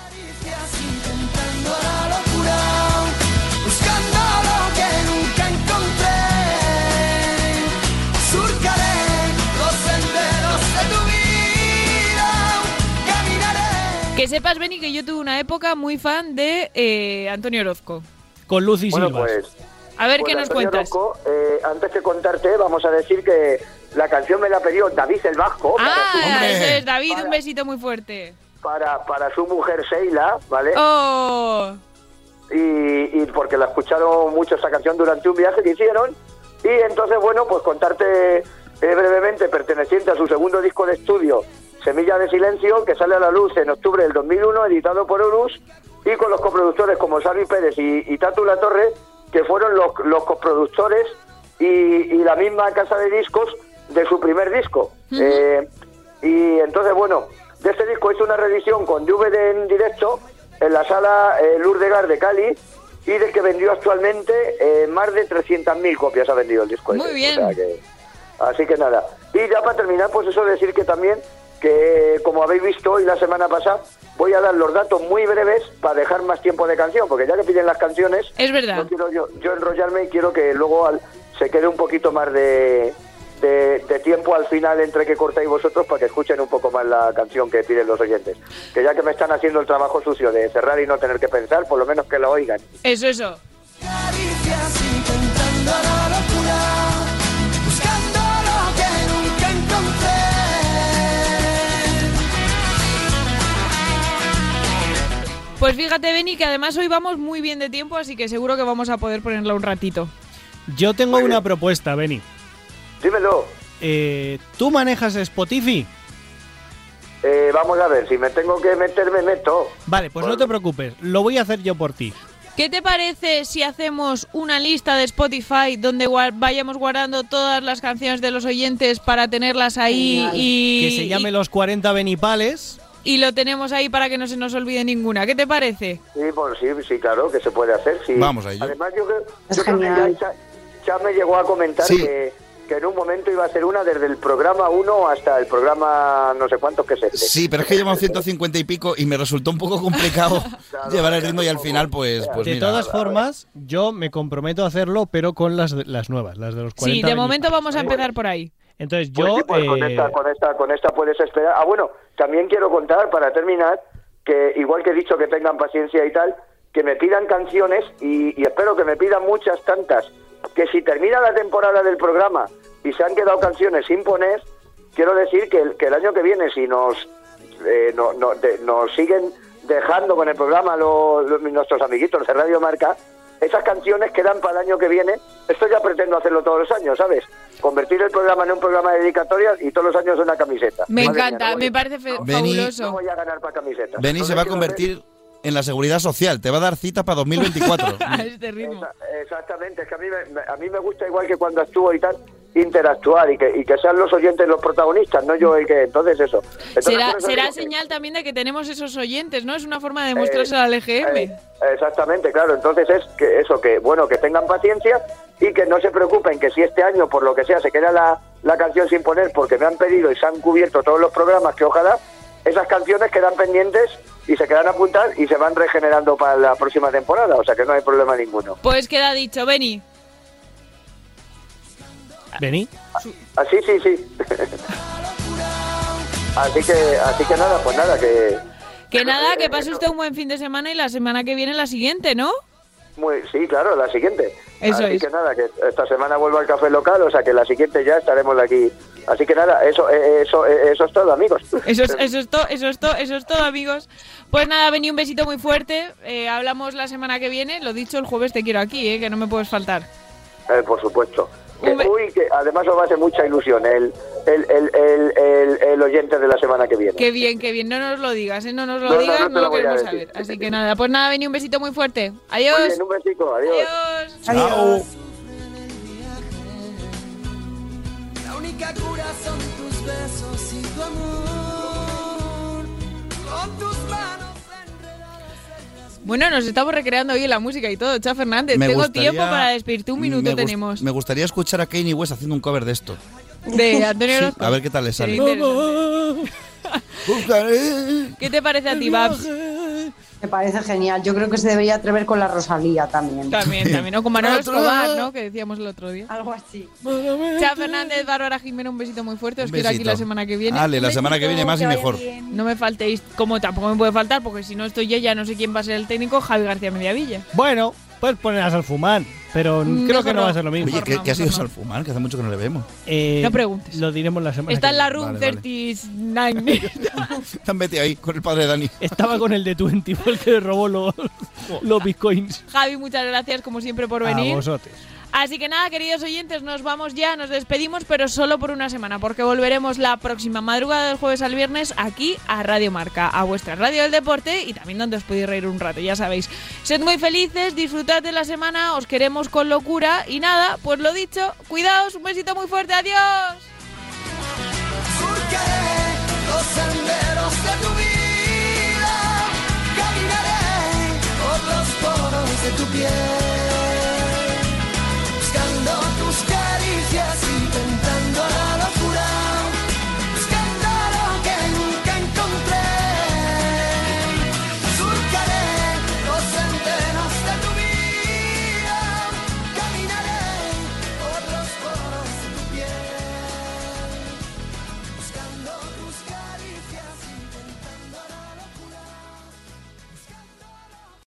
Que sepas, Benny, que yo tuve una época muy fan de Antonio Orozco. Con Lucy Silvas. Pues, a ver, ¿qué nos cuentas? Orozco, antes de contarte, vamos a decir que la canción me la pidió David el Vasco. Ese es David, un besito muy fuerte. Para su mujer Sheila, ¿vale? ¡Oh! Y porque la escucharon mucho esta canción durante un viaje que hicieron. Y entonces, bueno, pues contarte brevemente, perteneciente a su segundo disco de estudio, Semilla de Silencio, que sale a la luz en octubre del 2001, editado por Horus, y con los coproductores como Xavi Pérez y Tatu La Torre, que fueron los coproductores y la misma casa de discos de su primer disco. Y entonces, bueno, de este disco hizo una reedición con DVD en directo en la sala Lourdes de Cali, y de que vendió actualmente más de 300.000 copias ha vendido el disco. Muy bien. O sea así que nada. Y ya para terminar, pues eso decir que también, que como habéis visto hoy la semana pasada, voy a dar los datos muy breves para dejar más tiempo de canción, porque ya que piden las canciones, es verdad. No quiero yo enrollarme y quiero que luego se quede un poquito más de tiempo al final entre que cortáis vosotros para que escuchen un poco más la canción que piden los oyentes. Que ya que me están haciendo el trabajo sucio de cerrar y no tener que pensar, por lo menos que la oigan. Eso. Caricias intentando la locura, buscando lo que nunca encontré. Pues fíjate, Beni, que además hoy vamos muy bien de tiempo, así que seguro que vamos a poder ponerla un ratito. Yo tengo una propuesta, Beni. Dímelo. ¿Tú manejas Spotify? Vamos a ver, si me tengo que meter, me meto. Vale, pues no te preocupes, lo voy a hacer yo por ti. ¿Qué te parece si hacemos una lista de Spotify donde vayamos guardando todas las canciones de los oyentes para tenerlas ahí y... Que se llame Los 40 Benipales. Y lo tenemos ahí para que no se nos olvide ninguna. ¿Qué te parece? Sí, pues sí, claro, que se puede hacer. Sí. Vamos a ello. Además, yo creo que ya me llegó a comentar que en un momento iba a ser una desde el programa 1 hasta el programa no sé cuántos que se. Sí, pero es que llevamos 150 y pico y me resultó un poco complicado llevar el ritmo y al final pues de mira. todas formas, yo me comprometo a hacerlo, pero con las nuevas, las de los 40. Sí, de momento vamos a empezar por ahí. Entonces pues yo... sí, pues con esta puedes esperar. Bueno, también quiero contar, para terminar, que igual que he dicho que tengan paciencia y tal, que me pidan canciones y espero que me pidan muchas, tantas, que si termina la temporada del programa y se han quedado canciones sin poner, quiero decir que el año que viene, si nos siguen dejando con el programa nuestros amiguitos de Radio Marca, esas canciones quedan para el año que viene. Esto ya pretendo hacerlo todos los años, ¿sabes? Convertir el programa en un programa de dedicatorias y todos los años una camiseta. Me encanta, me parece fabuloso. No voy a ganar para camisetas. Beni se va a convertir en la seguridad social, te va a dar cita para 2024. A este ritmo. Exactamente, es que a mí me gusta, igual que cuando actúo y tal, interactuar y que sean los oyentes los protagonistas, no yo el que... Entonces eso. Será señal también de que tenemos esos oyentes, ¿no? Es una forma de demostrarse al EGM. Exactamente, claro. Entonces es que eso, que tengan paciencia y que no se preocupen que si este año, por lo que sea, se queda la canción sin poner porque me han pedido y se han cubierto todos los programas, que ojalá esas canciones quedan pendientes y se quedan a apuntar y se van regenerando para la próxima temporada, o sea que no hay problema ninguno. Pues queda dicho, Beni. ¿Beni? Así, sí. así que nada, pues nada, que pase usted un buen fin de semana y la semana que viene la siguiente, ¿no? Sí, claro, la siguiente. Eso así es. Que nada, que esta semana vuelvo al café local, o sea que la siguiente ya estaremos aquí. Así que nada, eso es todo, amigos. Eso es todo, amigos. Pues nada, Beni, un besito muy fuerte. Hablamos la semana que viene. Lo dicho, el jueves te quiero aquí, que no me puedes faltar. Por supuesto. Que además os va a hacer mucha ilusión el oyente de la semana que viene. Qué bien, no nos lo digas, no nos lo digas, no lo queremos saber. Así que nada, pues nada, Beni, un besito muy fuerte. Adiós. Muy bien, un besito, adiós. Adiós. La única cura son tus besos y tu amor, con tus manos. Bueno, nos estamos recreando hoy en la música y todo, Cha Fernández. Tengo tiempo para despedirte, un minuto tenemos. Me gustaría escuchar a Kanye West haciendo un cover de esto. De Antonio Orozco. A ver qué tal le sale. ¿Qué te parece a ti, Babs? Me parece genial. Yo creo que se debería atrever con la Rosalía también. También, o con Manolo Escobar, ¿no? Que decíamos el otro día. Algo así. Cha Fernández, Bárbara Jimeno, un besito muy fuerte. Os quiero aquí la semana que viene. Dale, la semana que viene más y mejor. No me faltéis, como tampoco me puede faltar, porque si no estoy yo, ya no sé quién va a ser el técnico, Javi García Mediavilla. Bueno, puedes poner a Salfumán, pero creo que no va a ser lo mismo. Oye, ¿qué ha sido Salfumán? Que hace mucho que no le vemos. No preguntes. Lo diremos la semana Está que en la viene. room 39. Están metido ahí con el padre de Dani. Estaba con el de 20, fue el que le robó los bitcoins. Javi, muchas gracias como siempre por venir. A vosotros. Así que nada, queridos oyentes, nos vamos ya, nos despedimos, pero solo por una semana, porque volveremos la próxima madrugada del jueves al viernes aquí a Radio Marca, a vuestra radio del deporte y también donde os podéis reír un rato, ya sabéis. Sed muy felices, disfrutad de la semana, os queremos con locura y nada, pues lo dicho, cuidaos, un besito muy fuerte, adiós. Surcaré los senderos de tu vida, caminaré por los poros de tu piel.